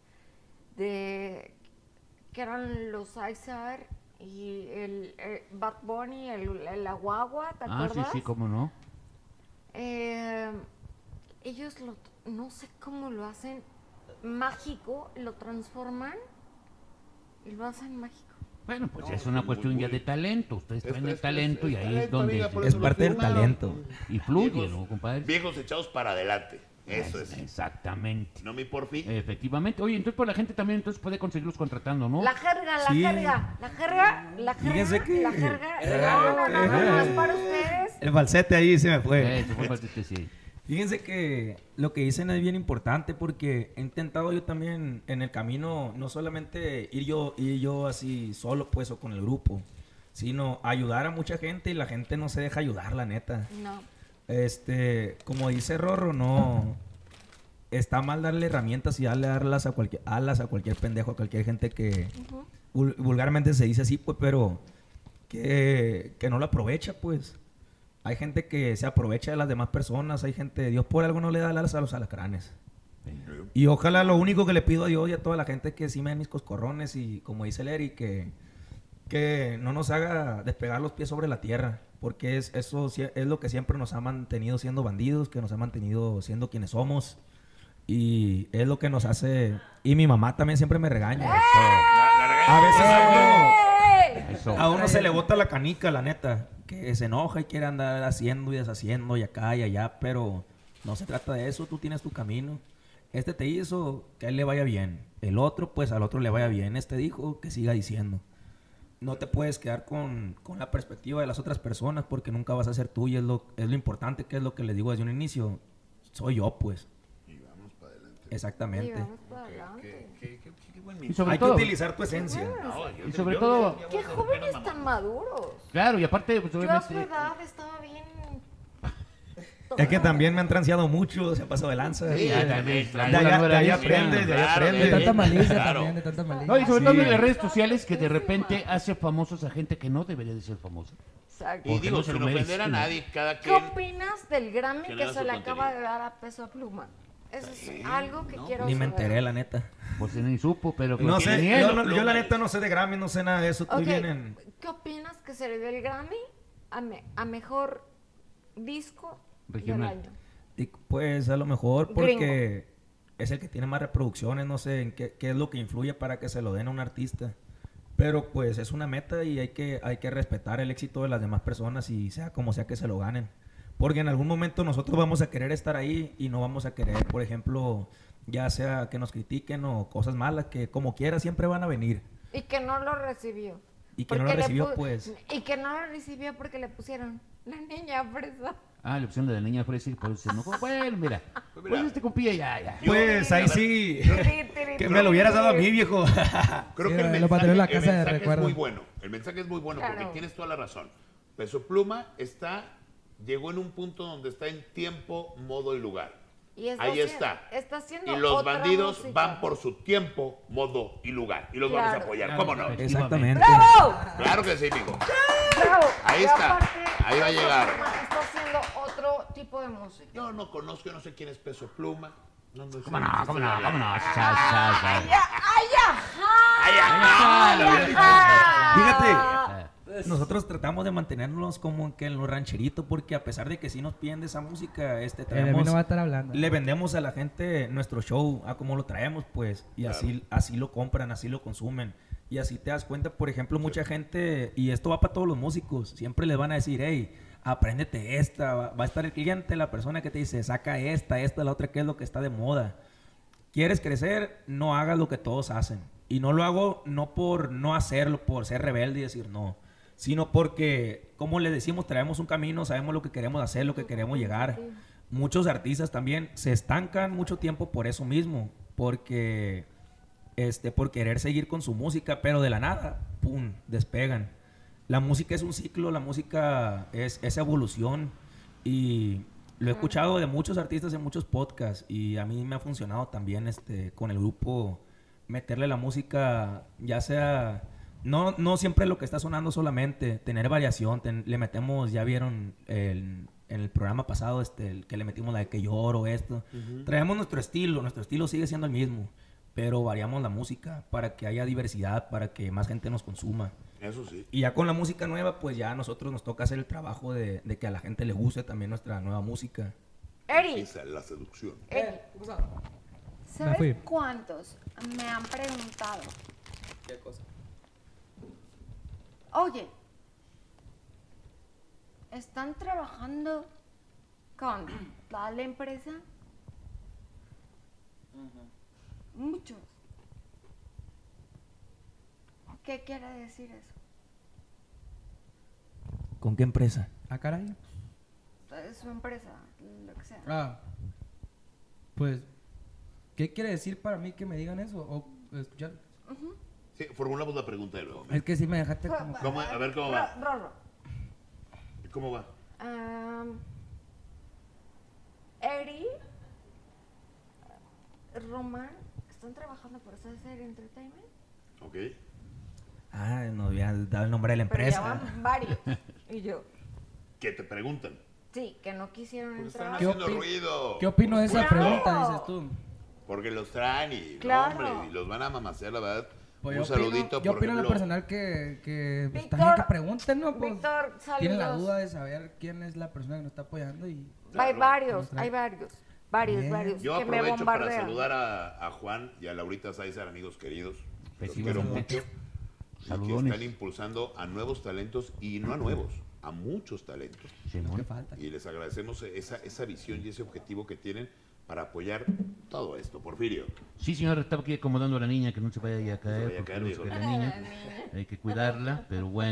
de que eran los Aizar y el Bad Bunny, el Aguagua, ¿te Ah, sí, acuerdas? sí, cómo no. Ellos no sé cómo lo hacen mágico, lo transforman y lo hacen mágico. Bueno, pues No, es una muy, cuestión ya muy- de talento, ustedes traen el Es talento y ahí es talento, donde amiga, por Es eso lo parte del firmaron. talento. y fluye, Viejos- ¿no, compadre? Viejos echados para adelante, eso es. Exactamente. ¿No, mi Porfi? Efectivamente. Oye, entonces por la gente también entonces puede conseguirlos contratando, ¿no? La jerga, Sí. la jerga, Fíjense que- la jerga. No, es para ustedes. El falsete ahí se me fue. Eso fue parte que sí. Fíjense que lo que dicen es bien importante porque he intentado yo también en el camino no solamente ir yo así solo pues o con el grupo, sino ayudar a mucha gente y la gente no se deja ayudar, la neta. No. Como dice Rorro, no está mal darle herramientas y alas a cualquier pendejo, a cualquier gente que vulgarmente se dice así, pues, pero que no lo aprovecha, pues. Hay gente que se aprovecha de las demás personas, hay gente, Dios por algo no le da alas a los alacranes. Y ojalá lo único que le pido a Dios y a toda la gente que sí me den mis coscorrones y como dice el Eric, que no nos haga despegar los pies sobre la tierra, porque eso es lo que siempre nos ha mantenido siendo bandidos, que nos ha mantenido siendo quienes somos y es lo que nos hace, y mi mamá también siempre me regaña. A veces a uno se le bota la canica, la neta, que se enoja y quiere andar haciendo y deshaciendo y acá y allá, pero no se trata de eso, tú tienes tu camino. Este te hizo que a él le vaya bien, el otro pues al otro le vaya bien, este dijo que siga diciendo. No te puedes quedar con la perspectiva de las otras personas porque nunca vas a ser tú y es lo importante, que es lo que les digo desde un inicio, soy yo pues. Y vamos para adelante. Exactamente. vamos para adelante. Qué buen Y mensaje. sobre Hay todo, que utilizar tu esencia. y sobre todo, Qué jóvenes tan maduros. claro, y aparte, pues Yo a su obviamente, edad estaba bien. Es que también me han transeado mucho, se ha pasado de lanza. Sí, ya, ya, de ya, De allá, no de era allá eso, aprendes, de allá claro, De aprendes. tanta malicia Claro. también, de tanta malicia. no, y sobre todo Sí. en las redes sociales que de repente hace famosos a gente que no debería de ser famosa. Exacto. Y Porque digo, no se sin lo merece, ofender a ¿no? nadie, cada ¿Qué quien... opinas del Grammy Genera que su se le contenido. acaba de dar a Peso Pluma? Eso es algo que quiero Ni me saber. enteré, la neta. Pues ni supo, pero No pues, sé, ni yo, él. yo la neta no sé de Grammy, no sé nada de eso. Estoy Ok, bien en... ¿qué opinas que se le dio el Grammy a mejor disco Regional. del año? Y pues a lo mejor porque es el que tiene más reproducciones, no sé en qué es lo que influye para que se lo den a un artista. Pero pues es una meta y hay que respetar el éxito de las demás personas y sea como sea que se lo ganen. Porque en algún momento nosotros vamos a querer estar ahí y no vamos a querer, por ejemplo, ya sea que nos critiquen o cosas malas, que como quiera siempre van a venir. Y que no lo recibió. Y que no lo Porque le recibió, pues. Y que no lo recibió porque le pusieron la niña fresa. Ah, la opción de la niña fresa y por eso se enojó. Bueno, mira, pues este compilla ya. Pues ahí sí. Tiri, tiri, Que me lo hubieras dado a mí, viejo. Creo Sí, que el lo patró en la mensaje, casa de el mensaje es recuerdo. muy bueno. El mensaje es muy bueno porque Claro. tienes toda la razón. Peso Pluma llegó en un punto donde está en tiempo, modo y lugar. Y Ahí está. Está haciendo Y los otra bandidos música. van por su tiempo, modo y lugar. Y los vamos a Claro. apoyar, ¿cómo no? Exactamente. ¡Bravo! Claro que sí, mijo. ¡Bravo! Ahí Y está. aparte, Ahí va a llegar. Está haciendo otro tipo de música. Yo no conozco, yo no sé quién es Peso Pluma. No, no sé ¿Cómo no? de qué ¿Cómo estoy no? ¿Cómo no? hablando. ¡Ay, ajá! ¡Ay, ajá! ¡Ay, ajá! Fíjate, nosotros tratamos de mantenernos como que en lo rancherito porque a pesar de que sí nos piden de esa música, De mí traemos, no va a estar hablando. le vendemos a la gente nuestro show, a como lo traemos, pues, y así lo compran, así lo consumen. Y así te das cuenta, por ejemplo, mucha gente, y esto va para todos los músicos, siempre les van a decir, hey, apréndete esta, va a estar el cliente, la persona que te dice, saca esta, la otra, que es lo que está de moda. ¿Quieres crecer? No hagas lo que todos hacen. Y no lo hago no por no hacerlo, por ser rebelde y decir no, sino porque, como le decimos, traemos un camino, sabemos lo que queremos hacer, lo que queremos llegar. Muchos artistas también se estancan mucho tiempo por eso mismo, porque por querer seguir con su música, pero de la nada, ¡pum!, despegan. La música es un ciclo, la música es evolución y lo he escuchado de muchos artistas en muchos podcasts y a mí me ha funcionado también con el grupo meterle la música, ya sea no siempre lo que está sonando solamente, tener variación, le metemos, ya vieron en el programa pasado el que le metimos la de que lloro, esto. Traemos nuestro estilo sigue siendo el mismo, pero variamos la música para que haya diversidad, para que más gente nos consuma. Eso sí. Y ya con la música nueva, pues ya a nosotros nos toca hacer el trabajo de que a la gente le guste también nuestra nueva música. Eri, Esa es la seducción. Eri, Me fui. ¿sabes cuántos me han preguntado? ¿Qué cosa? Oye, ¿están trabajando con tal empresa? Muchos. ¿Qué quiere decir eso? ¿Con qué empresa? Ah, caray. Es su empresa, lo que sea. Ah. Pues, ¿qué quiere decir para mí que me digan eso? O escuchar. Sí, formulamos la pregunta de nuevo. Es que sí me dejaste como... ¿Cómo? A ver cómo va. Rorro. ¿Cómo va? Eri, Román, ¿están trabajando por CSR Entertainment? Ok. Ah, no había dado el nombre de la Pero ya empresa. van varios. Y yo, ¿Qué te preguntan? sí, que no quisieron Pues están entrar. ¿Qué haciendo ruido. ¿Qué opino de esa Claro. pregunta, dices tú? Porque los traen y, Claro. no, hombre, y los van a mamasear, la verdad. Pues Un yo opino- saludito, Yo por opino en lo ejemplo. personal que pues, Víctor, también que pregunten, ¿no? Pues, Víctor, tienen la saludos. duda de saber quién es la persona que nos está apoyando y... Hay varios, Nos trae. hay varios. Varios, Bien. varios. Yo que me aprovecho para bombardean. saludar a Juan y a Laurita Sáizar, amigos queridos. Los Sí, quiero bueno. mucho. Y que Saludones. están impulsando a nuevos talentos, y no a nuevos, a muchos talentos. Simón. ¿Qué falta? Y les agradecemos esa visión y ese objetivo que tienen para apoyar todo esto. Porfirio. Sí, señor, estaba aquí acomodando a la niña que no se vaya a caer. vaya a porque caer, no se dijo. cae la niña. Hay que cuidarla, pero bueno.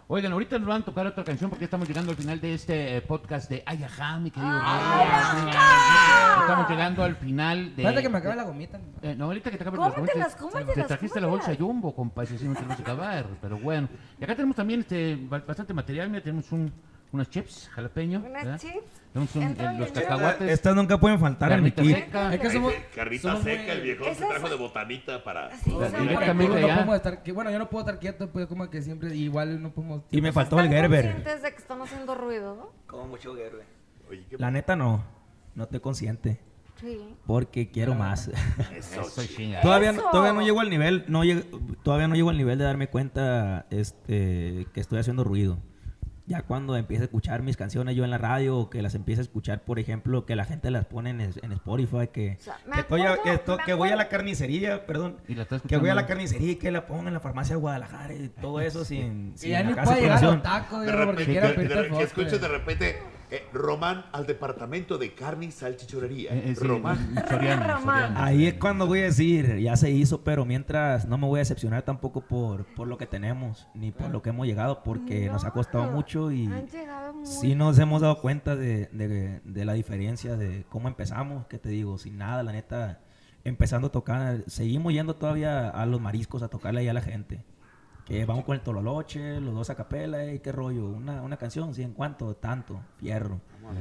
Oigan, ahorita nos van a tocar otra canción porque ya estamos llegando al final de este podcast de Ay, ajá, mi querido. Estamos llegando al final de... Espérate que me acabe la gomita. No, ahorita que te acabe Cómetelas, Te cómetelas, trajiste la bolsa cómetelas. Jumbo, compa, ese sí no se nos acabar, pero bueno. Y acá tenemos también bastante material, mira, tenemos unas chips jalapeño, ¿verdad? Unas chips. Tenemos Entran los en- cacahuates, Estas nunca pueden faltar en mi carnita kit. seca. Es que somos... Carrita somos seca, muy- el viejo se Esas- trajo de botanita para... Sí, La- son directamente buenas. No allá. podemos estar... Bueno, yo no puedo estar quieto, pues como que siempre... Igual no podemos... Y me faltó el ¿Están Gerber. conscientes de que están haciendo ruido? Como mucho guerra. Oye, ¿qué La neta no. No estoy consciente. Sí. Porque quiero más. eso, Eso, chico. chinga. Todavía no llego al nivel, todavía no llego al nivel de darme cuenta que estoy haciendo ruido. Ya cuando empiece a escuchar mis canciones yo en la radio o que las empiece a escuchar, por ejemplo, que la gente las pone en Spotify, que, O sea, me que, estoy a- acuerdo- que esto- me que voy a la acuerdo- carnicería, perdón, Y la estás que voy a la escuchando. carnicería y que la pongo en la farmacia de Guadalajara y todo eso sin Y ya ni acá puede llegar a circulación. los tacos, De viejo, porque repente, quiera que pedirte foto. escuches de repente, Román al departamento de carne y salchichorería. Sí, Román. Soriano, Román. Soriano. Ahí es cuando voy a decir, ya se hizo, pero mientras no me voy a decepcionar tampoco por lo que tenemos, ni por lo que hemos llegado, porque nos ha costado No, mucho y han llegado muy sí nos hemos dado cuenta de la diferencia de cómo empezamos, que te digo, sin nada, la neta, empezando a tocar, seguimos yendo todavía a los mariscos a tocarle ahí a la gente. Que vamos con el tololoche, los dos a capela, y qué rollo, una canción, ¿sí? ¿En cuánto? Tanto, fierro.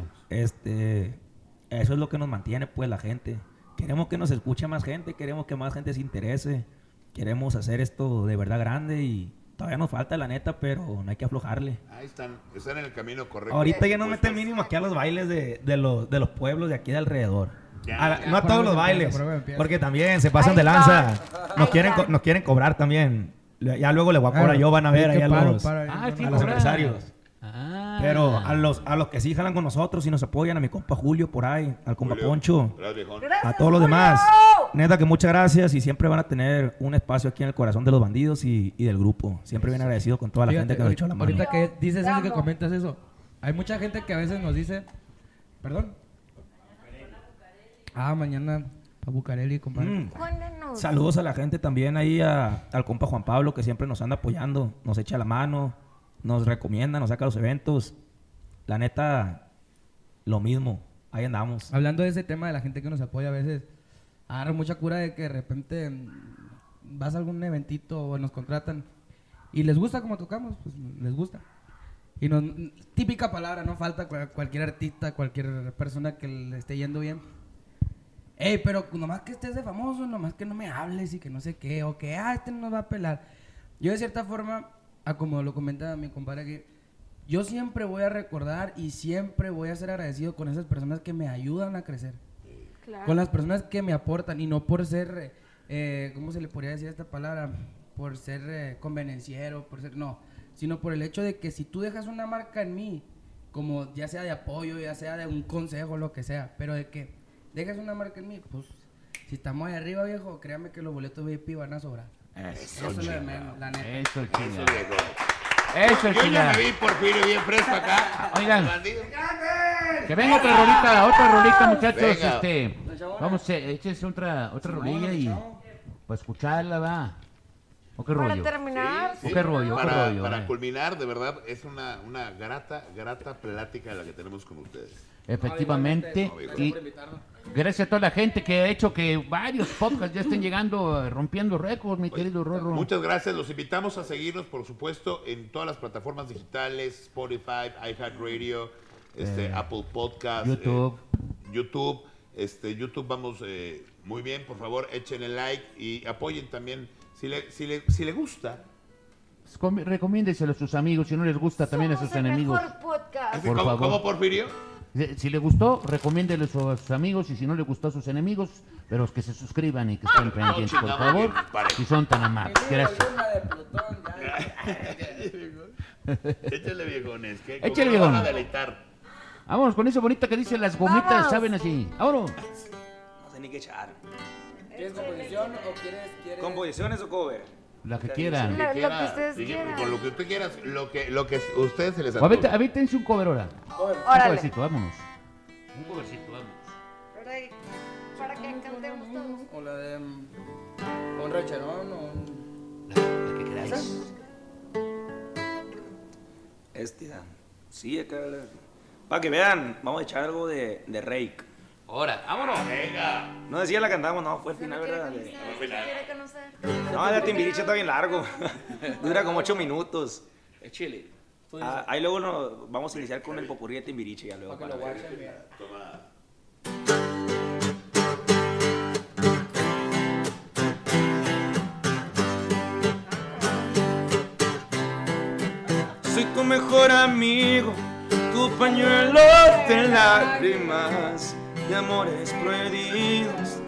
Eso es lo que nos mantiene, pues, la gente. Queremos que nos escuche más gente, queremos que más gente se interese, queremos hacer esto de verdad grande y todavía nos falta, la neta, pero no hay que aflojarle. Ahí están en el camino correcto. Ahorita ya no Pues, mete mínimo aquí a los bailes de los pueblos de aquí de alrededor. Ya, No a todos los bailes, empieza. porque también se pasan Ahí de lanza. va. Nos Ahí quieren, va. nos quieren cobrar también. Ya luego les voy a cobrar yo, van a ver ahí a los empresarios. Ah. Pero a los que sí jalan con nosotros y nos apoyan, a mi compa Julio por ahí, al compa Julio. Poncho, Gracias, viejón. Gracias, a todos los Julio. demás. Neta que muchas gracias y siempre van a tener un espacio aquí en el corazón de los bandidos y del grupo. Siempre bien agradecido con toda la gente que nos echó la mano. Ahorita que dices Te eso, que amo. comentas eso, hay mucha gente que a veces nos dice, perdón. Mañana a Bucareli, compadre. Cuéntenos. Saludos a la gente también ahí, al compa Juan Pablo, que siempre nos anda apoyando, nos echa la mano, nos recomienda, nos saca los eventos. La neta, lo mismo, ahí andamos. Hablando de ese tema de la gente que nos apoya a veces, agarra mucha cura de que de repente vas a algún eventito o nos contratan y les gusta como tocamos, pues les gusta. Y típica palabra, no falta cualquier artista, cualquier persona que le esté yendo bien. Ey, pero nomás que estés de famoso, nomás que no me hables y que no sé qué, o que, este no nos va a pelar. Yo de cierta forma, como lo comentaba mi compadre aquí, yo siempre voy a recordar y siempre voy a ser agradecido con esas personas que me ayudan a crecer. Claro. Con las personas que me aportan y no por ser, ¿cómo se le podría decir esta palabra? Por ser convenenciero, no, sino por el hecho de que si tú dejas una marca en mí, como ya sea de apoyo, ya sea de un consejo, lo que sea, pero de que dejas una marca en mí, pues si estamos ahí arriba, viejo, créame que los boletos VIP van a sobrar. Eso es lo de menos, la neta. Eso, Eso, chinga. viejo. Eso, Yo ya chinga. me vi Porfirio bien fresco acá. Oigan. Bandido. Que venga otra rolita, muchachos. Venga. Vamos, échese otra rolilla y para escucharla, va. ¿O qué Para rollo? terminar. ¿O qué rollo? ¿Qué rollo? Para culminar, de verdad, es una grata plática la que tenemos con ustedes. Efectivamente. Y gracias a toda la gente que ha hecho que varios podcasts ya estén llegando, rompiendo récords, mi querido Rorro. Muchas gracias. Los invitamos a seguirnos, por supuesto, en todas las plataformas digitales, Spotify, iHeartRadio, Apple Podcast, YouTube. YouTube. YouTube vamos muy bien. Por favor, échenle like y apoyen también. Si le gusta. Recomiéndeselo a sus amigos, si no les gusta también a Somos sus el enemigos. mejor podcast. Por favor. ¿Cómo, Porfirio? Si le gustó, recomiéndelo a sus amigos y si no le gustó a sus enemigos, pero que se suscriban y que estén pendientes, por chingada, favor, bien, pare. si son tan amables. Gracias. Échale viejones. Que Échale, van viejón. a deleitar. Vámonos con eso bonita que dice las gomitas, Vamos. saben así. Vámonos. No sé ni qué echar. ¿Quieres composición o quieres... ¿Composiciones o cover? La que quieran. Lo que Quiera, ustedes diga, quieran. Con lo que usted quiera, lo que a ustedes se les O antoje. avítense un cover ahora. Un Órale. covercito, vámonos. Un covercito, vámonos. Para que cantemos todos. O la de... un rancherón o un... La que queráis. Sí, acá. Para que vean, vamos a echar algo de Rake. Ahora, vámonos. No decía la cantamos, no, fue el final, ¿verdad? ¿Quiere conocer? No, la Timbiriche está bien largo. Dura como 8 minutos. Es chile. Ahí luego vamos a iniciar con el popurrí de Timbiriche. Ya luego, soy tu mejor amigo, tu pañuelo de lágrimas, de amores prohibidos.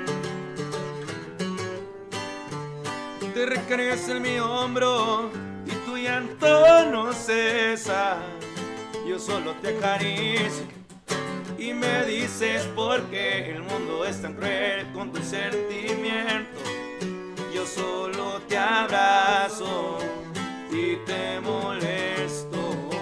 Te recargas en mi hombro y tu llanto no cesa. Yo solo te acaricio y me dices por qué el mundo es tan cruel con tus sentimientos. Yo solo te abrazo y te molesto.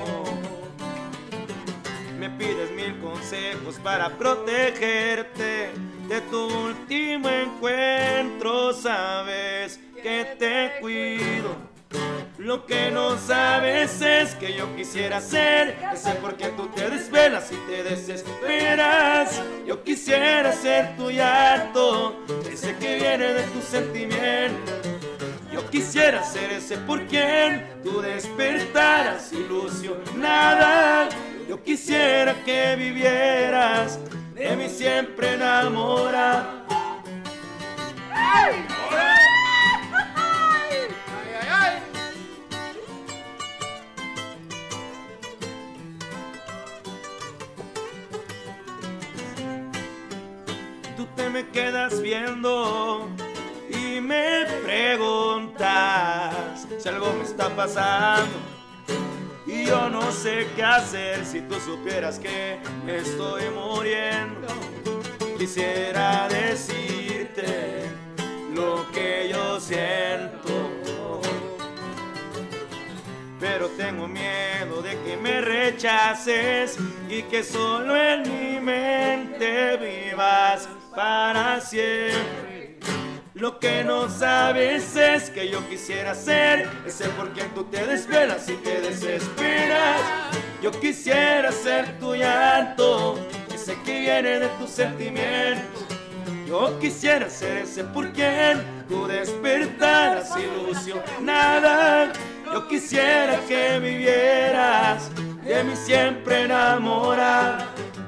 Me pides 1000 consejos para protegerte de tu último encuentro. Sabes que te cuido. Lo que no sabes es que yo quisiera ser ese por quien tú te desvelas y te desesperas. Yo quisiera ser tu llanto, ese que viene de tus sentimientos. Yo quisiera ser ese por quien tú despertaras ilusionada. Yo quisiera que vivieras de mí siempre enamorada. ¡Ay! Tú te me quedas viendo y me preguntas si algo me está pasando y yo no sé qué hacer. Si tú supieras que me estoy muriendo, quisiera decirte lo que yo siento, pero tengo miedo de que me rechaces y que solo en mi mente vivas para siempre. Lo que no sabes es que yo quisiera ser ese por quien tú te desvelas y te desesperas. Yo quisiera ser tu llanto, ese que viene de tus sentimientos. Yo quisiera ser ese por quien tú despertaras ilusionada. Yo quisiera que vivieras de mí siempre enamorada.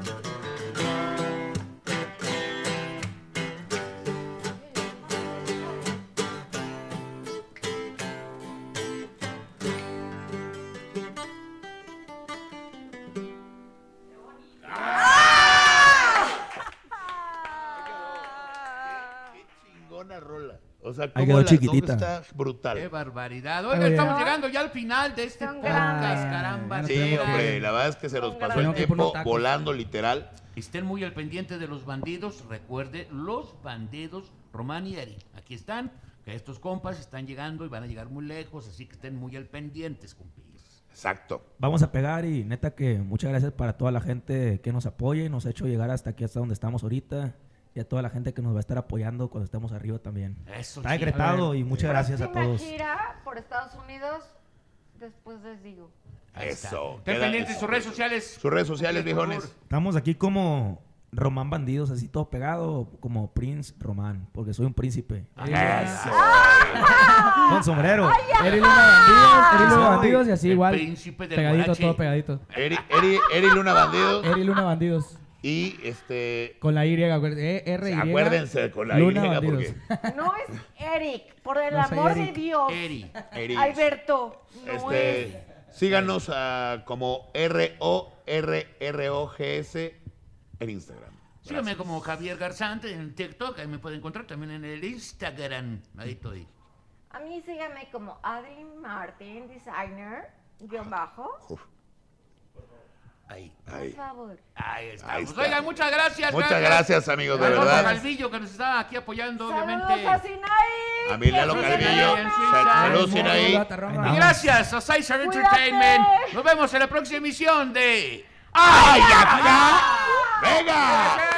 Rola. O sea, Ahí quedó chiquitita. Está brutal. ¡Qué barbaridad! Oiga, estamos llegando ya al final de este Son podcast, grandes. caramba. Sí, hombre, la verdad es que se nos pasó el tiempo volando, literal. Estén muy al pendiente de los bandidos. Recuerde, los bandidos, Román y Eri. Aquí están, que estos compas están llegando y van a llegar muy lejos, así que estén muy al pendientes, compillos. Exacto. Vamos a pegar y neta que muchas gracias para toda la gente que nos apoya y nos ha hecho llegar hasta aquí, hasta donde estamos ahorita. Y a toda la gente que nos va a estar apoyando cuando estemos arriba también. Eso, Está decretado y muchas gracias a todos. Gira por Estados Unidos, después les digo. Ahí está. Eso. Estén pendientes de sus redes sociales. Sus redes sociales, Por favor. viejones. Estamos aquí como Román Bandidos, así todo pegado, como Prince Román, porque soy un príncipe. Eso. Con sombrero. Eri Luna Bandidos, Eri Luna Soy Bandidos y así el igual. príncipe del Pegadito, guarache. todo pegadito. Eri Luna Bandidos. Eri Luna Bandidos. Y Con la Y, R-Y. acuérdense con la Luna Y Bandidos. porque No es Eric, por el No soy amor de Eric. Dios. Eri. Eri. Alberto, no es. Síganos como RORROGS en Instagram. Síganme como Javier Garzante en TikTok. Ahí me pueden encontrar también en el Instagram. Ahí estoy. A mí síganme como Adri Martin, designer, _ Uf, Ahí. ahí. por favor. Ahí estamos. Ahí está. Oigan, muchas gracias. Muchas gracias, amigos, de Alonso verdad. Calvillo, que nos está aquí apoyando, Saludos obviamente. a Sinaí. A mí Lalo que Calvillo. se Saludos, llama. Sinaí. Y gracias a Caesar Cuídate. Entertainment. Nos vemos en la próxima emisión de ¡Ay, acá! ¡Venga!